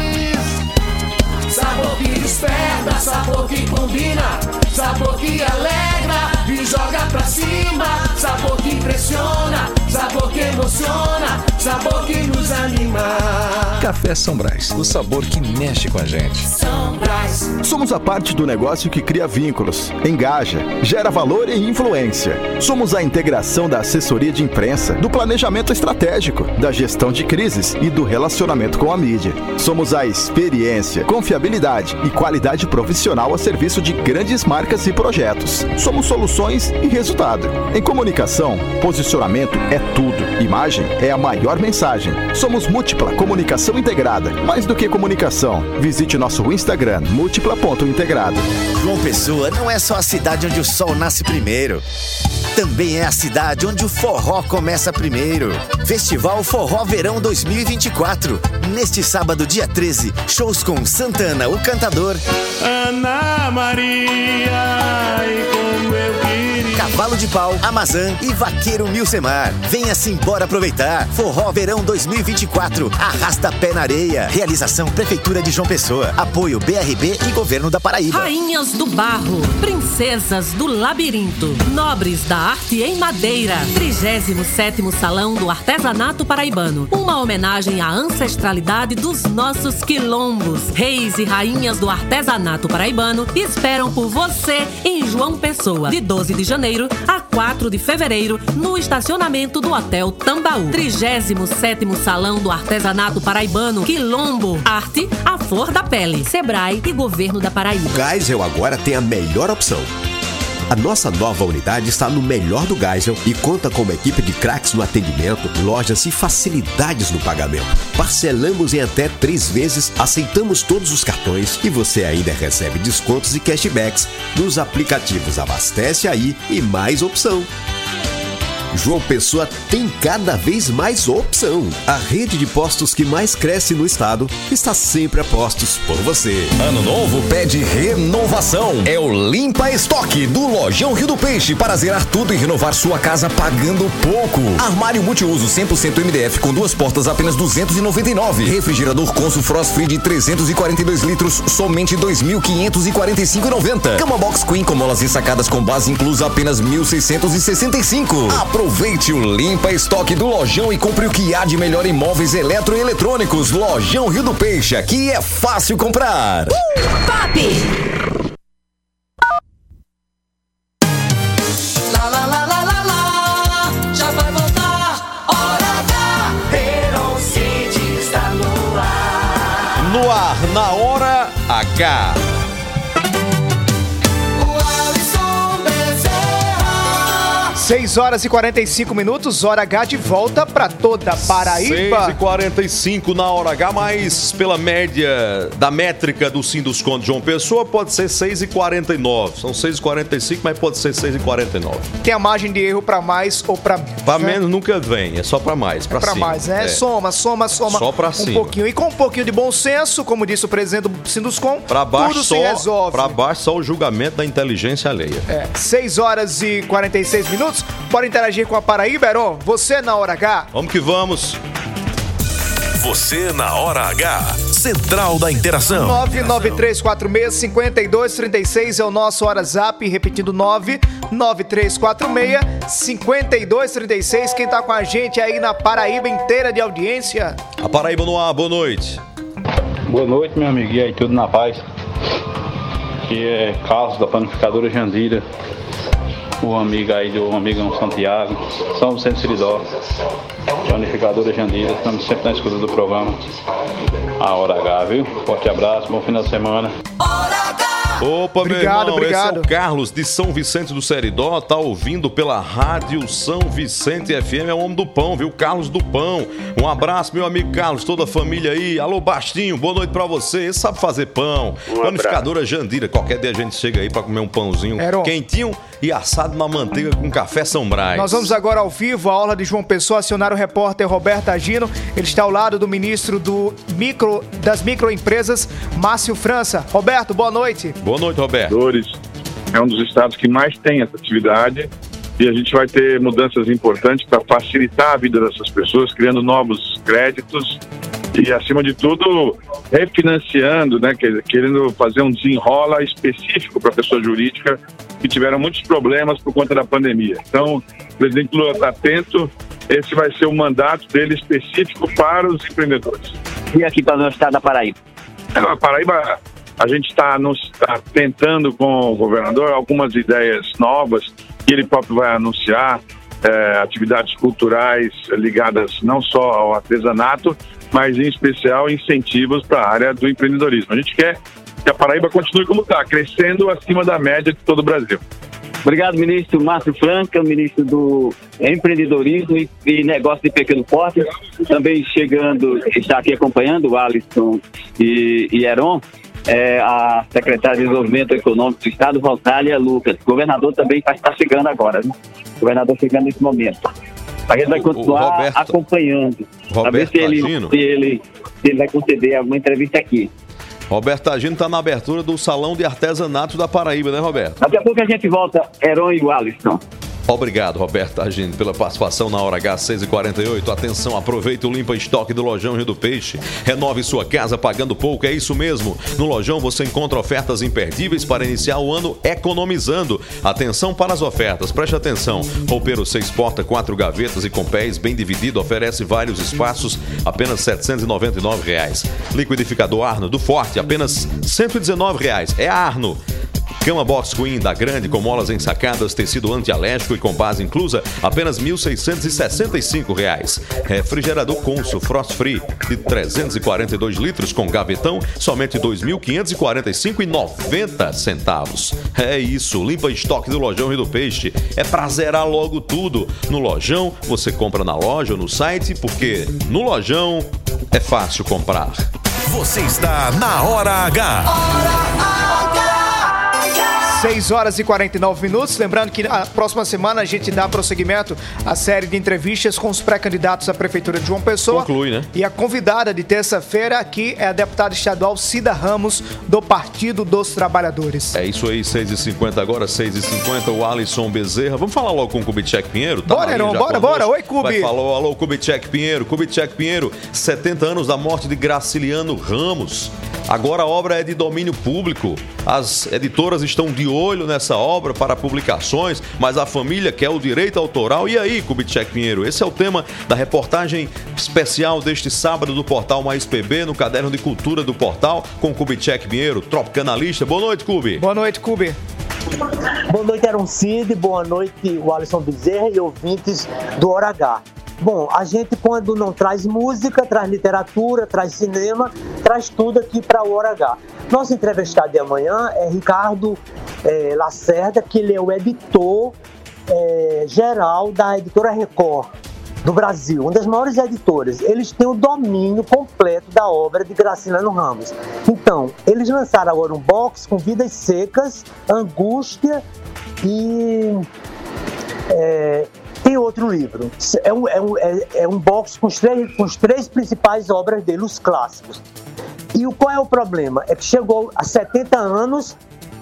Sabor que desperta, sabor que combina, sabor que alegra e joga pra cima. Sabor que impressiona, sabor que emociona, sabor que nos anima. Café São Brás, o sabor que mexe com a gente. São Brás. Somos a parte do negócio que cria vínculos, engaja, gera valor e influência. Somos a integração da assessoria de imprensa, do planejamento estratégico, da gestão de crises e do relacionamento com a mídia. Somos a experiência, confiabilidade e qualidade profissional a serviço de grandes marcas e projetos. Somos soluções e resultado. Em comunicação, posicionamento é tudo. Imagem é a maior mensagem. Somos Múltipla Comunicação Integrada. Mais do que comunicação, visite nosso Instagram, múltipla.integrado. João Pessoa não é só a cidade onde o sol nasce primeiro. Também é a cidade onde o forró começa primeiro. Festival Forró Verão 2024. Neste sábado, dia 13, shows com Santana, o cantador. Ana Maria, e como eu queria. Cavalo de Pau, Amazã e Vaqueiro Milcemar. Venha-se embora aproveitar. Forró Verão 2024. Arrasta pé na areia. Realização Prefeitura de João Pessoa. Apoio BRB e Governo da Paraíba. Rainhas do Barro, Princesas do Labirinto, Nobres da Arte em Madeira, 37º Salão do Artesanato Paraibano. Uma homenagem à ancestralidade dos nossos quilombos. Reis e rainhas do artesanato paraibano esperam por você em João Pessoa, de 12 de janeiro janeiro a 4 de fevereiro, no estacionamento do Hotel Tambaú. 37º Salão do Artesanato Paraibano, Quilombo, Arte, a Flor da Pele, Sebrae e Governo da Paraíba. O Geisel agora tem a melhor opção. A nossa nova unidade está no melhor do Geisel e conta com uma equipe de craques no atendimento, lojas e facilidades no pagamento. Parcelamos em até 3 vezes, aceitamos todos os cartões e você ainda recebe descontos e cashbacks nos aplicativos Abastece Aí e Mais Opção. João Pessoa tem cada vez mais opção. A rede de postos que mais cresce no estado está sempre a postos por você. Ano novo pede renovação. É o Limpa Estoque do Lojão Rio do Peixe para zerar tudo e renovar sua casa pagando pouco. Armário multiuso 100% MDF com 2 portas apenas R$ 299. Refrigerador Consul Frost Free de 342 litros somente R$ 2.545,90. Cama Box Queen com molas ensacadas com base inclusa apenas R$ 1.665. Aproveite o Limpa Estoque do Lojão e compre o que há de melhor em móveis eletroeletrônicos. Lojão Rio do Peixe, aqui é fácil comprar. Pop! Lá, lá, lá, lá, lá, lá, já vai voltar, hora H, Heron City está no ar. No ar, na hora H. 6 horas e 45 minutos, hora H de volta para toda a Paraíba. 6h45 na hora H, mas pela média da métrica do Sinduscon de João Pessoa, pode ser 6h49. São 6h45, mas pode ser 6h49. Tem a margem de erro para mais ou para menos. Para menos nunca vem, é só para mais, para cima. Para mais, né? É. Soma. Só para cima. Pouquinho. E com um pouquinho de bom senso, como disse o presidente do Sinduscon, para baixo tudo se resolve. Para baixo só o julgamento da inteligência alheia. 6 horas e 46 minutos. Bora interagir com a Paraíba, Heron. Você na hora H. Vamos que vamos. Você na hora H. Central da Interação. 99346-5236 é o nosso WhatsApp. Repetindo, 99346-5236. Quem tá com a gente aí na Paraíba inteira de audiência? A Paraíba no ar, boa noite. Boa noite, meu amigo. E aí, tudo na paz? Aqui é Carlos, da panificadora Jandira. O amigo aí do amigão Santiago, São Vicente Siridó, panificadora Jandira, estamos sempre na escuta do programa. A hora H, viu? Forte abraço, bom final de semana. Opa, obrigado, meu irmão, obrigado. Esse é o Carlos de São Vicente do Seridó, tá ouvindo pela Rádio São Vicente FM, é o homem do pão, viu? Carlos do Pão. Um abraço, meu amigo Carlos, toda a família aí. Alô, Bastinho, boa noite pra você. Ele sabe fazer pão. Panificadora Jandira, qualquer dia a gente chega aí pra comer um pãozinho quentinho e assado na manteiga com café São Brás. Nós vamos agora ao vivo, a orla de João Pessoa, acionar o repórter Roberto Agino. Ele está ao lado do ministro das microempresas, Márcio França. Roberto, boa noite. Boa noite, Roberto. É um dos estados que mais tem essa atividade e a gente vai ter mudanças importantes para facilitar a vida dessas pessoas, criando novos créditos e, acima de tudo, refinanciando, né, querendo fazer um desenrola específico para a pessoa jurídica que tiveram muitos problemas por conta da pandemia. Então, o presidente Lula está atento, esse vai ser o mandato dele específico para os empreendedores. E aqui para o estado da Paraíba? A Paraíba, a gente está tentando com o governador algumas ideias novas que ele próprio vai anunciar, atividades culturais ligadas não só ao artesanato, mas em especial incentivos para a área do empreendedorismo. A gente quer que a Paraíba continue como está, crescendo acima da média de todo o Brasil. Obrigado, ministro Márcio França, ministro do Empreendedorismo e Negócio de Pequeno Porte. Também chegando, está aqui acompanhando o Alisson e Heron, a secretária de Desenvolvimento Econômico do Estado, Rosália Lucas. O governador também está chegando agora, né? O governador chegando nesse momento. A gente vai continuar acompanhando, para ver se ele vai conceder alguma entrevista aqui. Roberto Agino está na abertura do Salão de Artesanato da Paraíba, né, Roberto? Daqui a pouco a gente volta, Heron e o Alisson. Obrigado, Roberto Agino, pela participação na Hora H, 6h48. Atenção, aproveita o Limpa Estoque do Lojão Rio do Peixe. Renove sua casa pagando pouco, é isso mesmo. No Lojão você encontra ofertas imperdíveis para iniciar o ano economizando. Atenção para as ofertas, preste atenção. Roupeiro 6 portas, 4 gavetas e com pés bem dividido, oferece vários espaços, apenas R$ 799. Liquidificador Arno do Forte, apenas R$ 119. É Arno. Cama Box Queen da Grande, com molas ensacadas, tecido antialérgico e com base inclusa, apenas R$ 1.665. Refrigerador Consul Frost Free de 342 litros com gavetão, somente R$ 2.545,90. É isso, limpa estoque do Lojão Rio do Peixe. É pra zerar logo tudo. No Lojão, você compra na loja ou no site, porque no Lojão é fácil comprar. Você está na Hora H. 6 horas e 49 minutos. Lembrando que na próxima semana a gente dá prosseguimento à série de entrevistas com os pré-candidatos à Prefeitura de João Pessoa. Conclui, né? E a convidada de terça-feira aqui é a deputada estadual Cida Ramos, do Partido dos Trabalhadores. É isso aí, 6h50 agora, 6h50, o Alisson Bezerra. Vamos falar logo com o Kubitschek Pinheiro? Tá, bora, Heron, bora. Oi, Kubi. Vai falar, alô, Kubitschek Pinheiro. Kubitschek Pinheiro, 70 anos da morte de Graciliano Ramos. Agora a obra é de domínio público. As editoras estão de olho nessa obra para publicações, mas a família quer o direito autoral. E aí, Kubitschek Pinheiro? Esse é o tema da reportagem especial deste sábado do Portal Mais PB, no Caderno de Cultura do Portal, com Kubitschek Pinheiro, tropicanalista. Boa noite, Kubi. Boa noite, Kubi. Boa noite, Heron Cid. Boa noite, o Alisson Bezerra e ouvintes do Hora H. Bom, a gente quando não traz música, traz literatura, traz cinema, traz tudo aqui para o Hora H. Nosso entrevistado de amanhã é Ricardo Lacerda, que ele é o editor geral da editora Record do Brasil, uma das maiores editoras. Eles têm o domínio completo da obra de Graciliano Ramos. Então, eles lançaram agora um box com Vidas Secas, Angústia e... tem outro livro. É um box com os três principais obras dele, os clássicos. E qual é o problema? É que chegou a 70 anos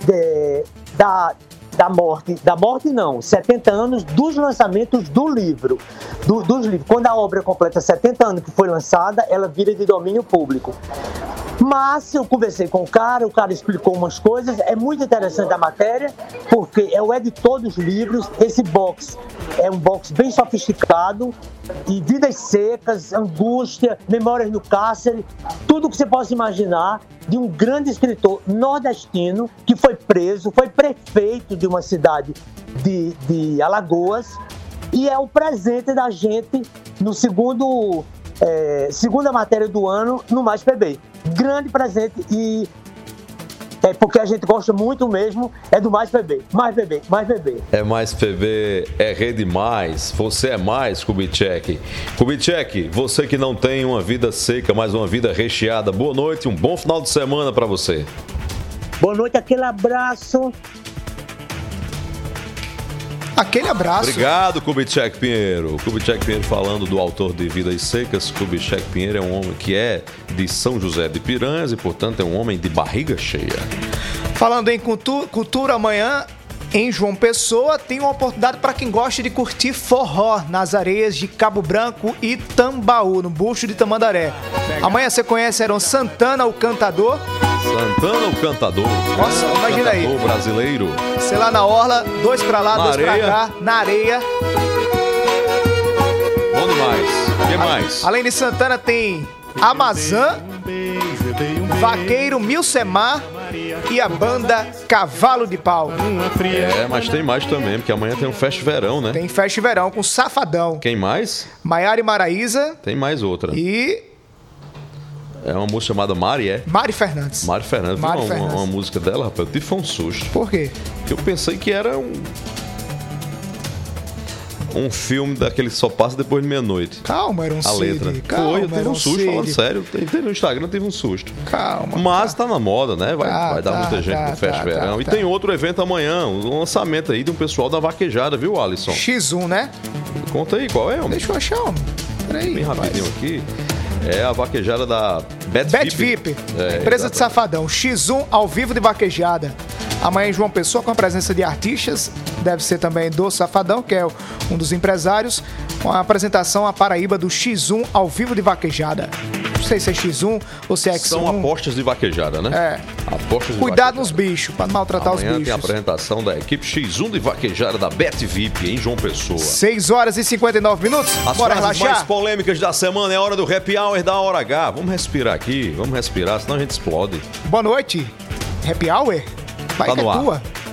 da morte. Da morte não, 70 anos dos lançamentos do livro. Dos livros. Quando a obra completa 70 anos que foi lançada, ela vira de domínio público. Mas eu conversei com o cara explicou umas coisas, é muito interessante a matéria, porque é o editor dos livros. Esse box é um box bem sofisticado, e Vidas Secas, Angústia, Memórias do Cárcere, tudo que você possa imaginar de um grande escritor nordestino que foi preso, foi prefeito de uma cidade de Alagoas, e é o presente da gente no segunda matéria do ano no Mais PB. Grande presente, e porque a gente gosta muito mesmo, é do Mais PB. Mais PB, Mais PB. É Mais PB, é Rede Mais. Você é mais, Kubitschek. Kubitschek, você que não tem uma vida seca, mas uma vida recheada. Boa noite, um bom final de semana para você. Boa noite, aquele abraço. Aquele abraço. Obrigado, Kubitschek Pinheiro. Kubitschek Pinheiro falando do autor de Vidas Secas. Kubitschek Pinheiro é um homem que é de São José de Piranhas e, portanto, é um homem de barriga cheia. Falando em cultura, amanhã em João Pessoa tem uma oportunidade para quem gosta de curtir forró nas areias de Cabo Branco e Tambaú, no Bucho de Tamandaré. Amanhã você conhece Heron Santana, o cantador. Santana, o cantador. Nossa, imagina aí. Cantador brasileiro. Sei lá na orla, dois pra lá, dois pra cá, na areia. Bom demais. O que mais? Além de Santana tem Amazã, Vaqueiro Milcemar e a banda Cavalo de Pau. Mas tem mais também, porque amanhã tem um Fest Verão, né? Tem Fest Verão com Safadão. Quem mais? Maiara e Maraísa. Tem mais outra. E... é uma música chamada Mari, é? Mari Fernandes. Mari Fernandes. Uma música dela, rapaz, eu tive um susto. Por quê? Porque eu pensei que era um filme daquele que só passa depois de meia-noite. Calma, era um a letra. Calma, eu tive um susto, falando sério. Entrei no Instagram, tive um susto. Calma. Mas tá na moda, né? Vai dar muita gente no Fest Verão. E tem outro evento amanhã, um lançamento aí de um pessoal da Vaquejada, viu, Alisson? X1, né? Conta aí, qual é, homem? Deixa eu achar, homem. Peraí. Bem rapidinho aqui. É a vaquejada da Bet VIP. Empresa de Safadão. X1 ao vivo de vaquejada. Amanhã em João Pessoa, com a presença de artistas, deve ser também do Safadão, que é um dos empresários, com a apresentação à Paraíba do X1 ao vivo de vaquejada. Não sei se é X1 ou se é X1. São apostas de vaquejada, né? É. Apostas de Cuidado nos bichos, para não maltratar amanhã os bichos. Tem a apresentação da equipe X1 de vaquejada da Bet VIP em João Pessoa. 6 horas e 59 minutos. As Bora frases relaxar? mais polêmicas da semana é hora do Happy Hour da Hora H. Vamos respirar aqui, senão a gente explode. Boa noite. Happy Hour? Vai tá que no é ar. tua.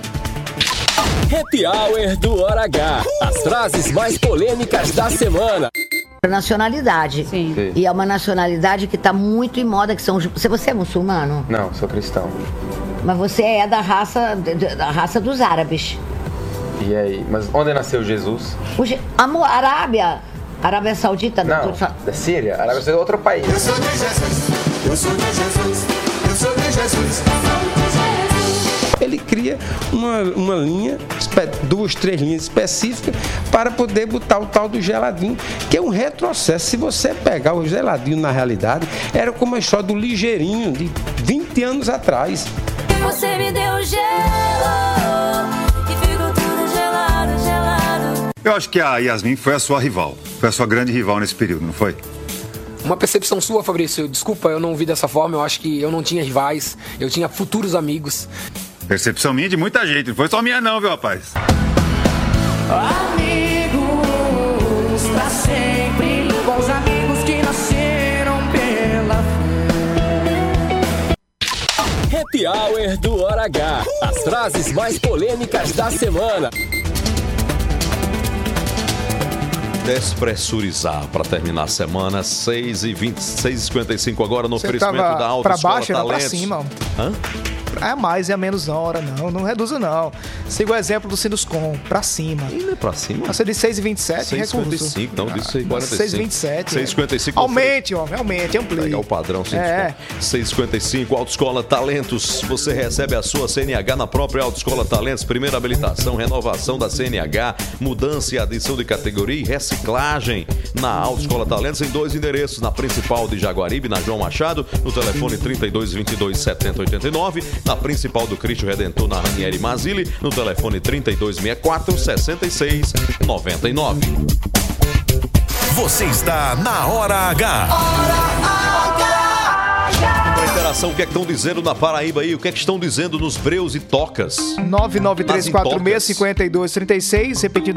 Happy Hour do Hora H. As frases mais polêmicas da semana. Nacionalidade. Sim. E é uma nacionalidade que está muito em moda, que são... Você é muçulmano? Não, sou cristão. Mas você é da raça dos árabes. E aí? Mas onde nasceu Jesus? Arábia Saudita? Não, da Síria. Arábia Saudita é outro país. Eu sou de Jesus, eu sou de Jesus, eu sou de Jesus. Ele cria uma linha, 2, 3 linhas específicas para poder botar o tal do geladinho, que é um retrocesso. Se você pegar o geladinho, na realidade, era como a história do ligeirinho de 20 anos atrás. Você me deu gelo e ficou tudo gelado. Eu acho que a Yasmin foi a sua rival, foi a sua grande rival nesse período, não foi? Uma percepção sua, Fabrício, desculpa, eu não vi dessa forma, eu acho que eu não tinha rivais, eu tinha futuros amigos. Percepção minha de muita gente, não foi só minha não, viu, rapaz? Amigos pra sempre, bons amigos que nasceram pela fé. Happy Hour do Hora H. As frases mais polêmicas da semana. Despressurizar para terminar a semana, 6h55 agora no oferecimento da Autoescola Pra baixo, era pra Talentos. cima. Hã? É mais e a menos na hora, não reduza não. Siga o exemplo do Sinduscom, pra cima. Ainda pra cima? Você de 6h27, recurso. 6h55, não, disse 6h45. 6h27. 6h55. Aumente, homem, aumente, amplie. Pegar o padrão, Sinduscom. 6h55, Autoescola Talentos. Você recebe a sua CNH na própria Autoescola Talentos. Primeira habilitação, renovação da CNH, mudança e adição de categoria e reciclagem na Autoescola Talentos em 2 endereços. Na principal de Jaguaribe, na João Machado, no telefone 3222-7089. Na principal do Cristo Redentor, na Ranieri Mazzilli, no telefone 3264-6699. Você está na Hora H. Para interação, o que é que estão dizendo na Paraíba aí? O que é que estão dizendo nos breus e tocas? 993465236, repetido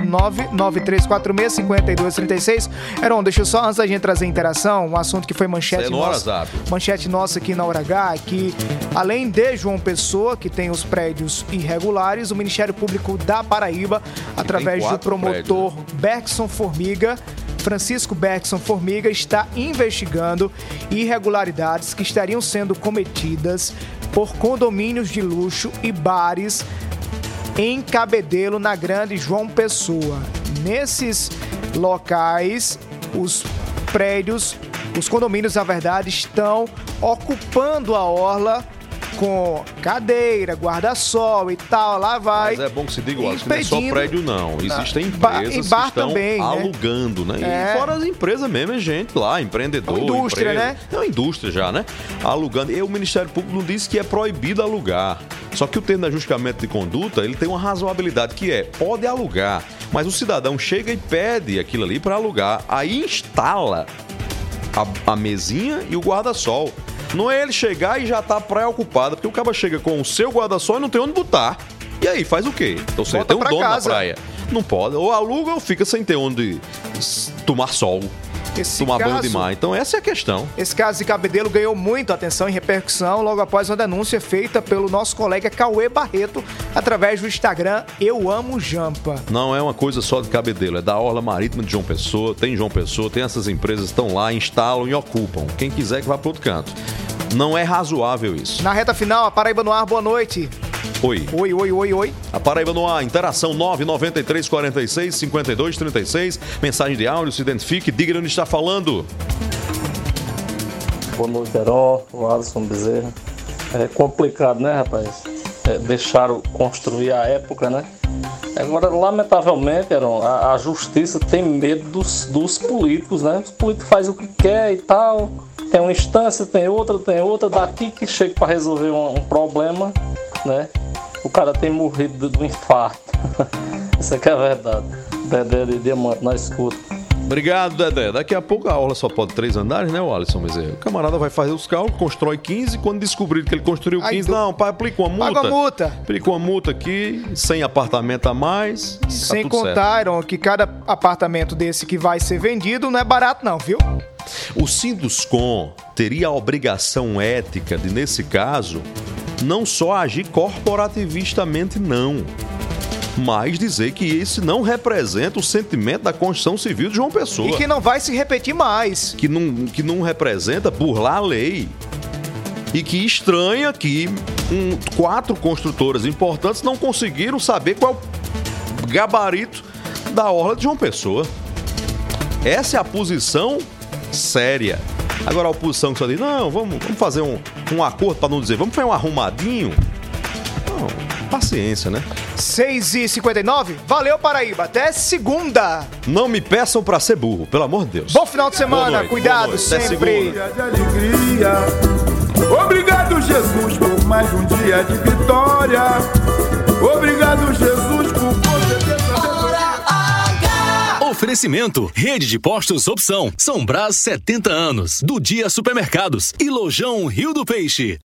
993465236. Heron, deixa eu só, antes da gente trazer interação, um assunto que foi manchete nossa. Manchete nossa aqui na Hora H, que além de João Pessoa, que tem os prédios irregulares, o Ministério Público da Paraíba, através do promotor Bergson Formiga, Francisco Bergson Formiga, está investigando irregularidades que estariam sendo cometidas por condomínios de luxo e bares em Cabedelo, na Grande João Pessoa. Nesses locais, os prédios, os condomínios, na verdade, estão ocupando a orla com cadeira, guarda-sol e tal, lá vai. Mas é bom que se diga, que não é só prédio não, existem empresas que estão também, alugando, né? E fora as empresas mesmo, é gente lá, empreendedor, indústria, empresa. né? É uma indústria já, né? Alugando. E o Ministério Público não disse que é proibido alugar. Só que o termo de ajustamento de conduta, ele tem uma razoabilidade que pode alugar, mas o cidadão chega e pede aquilo ali para alugar, aí instala a mesinha e o guarda-sol. Não é ele chegar e já tá preocupado, porque o cara chega com o seu guarda-sol e não tem onde botar. E aí, faz o quê? Então você tem um dono na praia. Não pode. Ou aluga ou fica sem ter onde tomar sol. Tomar banho de mar. Então essa é a questão. Esse caso de Cabedelo ganhou muita atenção e repercussão logo após uma denúncia feita pelo nosso colega Cauê Barreto através do Instagram Eu Amo Jampa. Não é uma coisa só de Cabedelo, é da Orla Marítima de João Pessoa, tem essas empresas que estão lá, instalam e ocupam. Quem quiser que vá para outro canto. Não é razoável isso. Na reta final, a Paraíba no ar, boa noite. Oi. Oi. A Paraíba no ar, interação 99346-5236. Mensagem de áudio, se identifique, diga onde está falando. Boa noite, Heron, o Alisson Bezerra. É complicado, né, rapaz? Deixaram construir a época, né? Agora, lamentavelmente, Heron, a justiça tem medo dos políticos, né? Os políticos fazem o que quer e tal. Tem uma instância, tem outra, daqui que chega para resolver um problema, né? O cara tem morrido do infarto. Isso aqui é a verdade. Dedé de Diamante, na escuta. Obrigado, Dedé. Daqui a pouco a aula só pode 3 andares, né, o Alisson Bezerra? O camarada vai fazer os cálculos, constrói 15, quando descobrir que ele construiu 15, aplica uma multa. Paga a multa. Aplica uma multa aqui, 100 apartamentos a mais. Sem contar, Heron, que cada apartamento desse que vai ser vendido não é barato não, viu? O Sinduscom teria a obrigação ética de, nesse caso, não só agir corporativistamente, não. mas dizer que isso não representa o sentimento da Constituição Civil de João Pessoa. E que não vai se repetir mais. Que não representa burlar a lei. E que estranha que 4 construtoras importantes não conseguiram saber qual é o gabarito da orla de João Pessoa. Essa é a posição séria. Agora a oposição que só diz, não, vamos fazer um acordo, para não dizer, vamos fazer um arrumadinho. Não, paciência, né? 6h59, valeu Paraíba, até segunda. Não me peçam pra ser burro, pelo amor de Deus. Bom final de semana, noite, cuidado sempre. De alegria. Obrigado, Jesus, por mais um dia de vitória. Obrigado, Jesus, por conceder sabedoria. Oferecimento, Rede de Postos Opção, São Brás 70 anos, do Dia Supermercados e Lojão Rio do Peixe.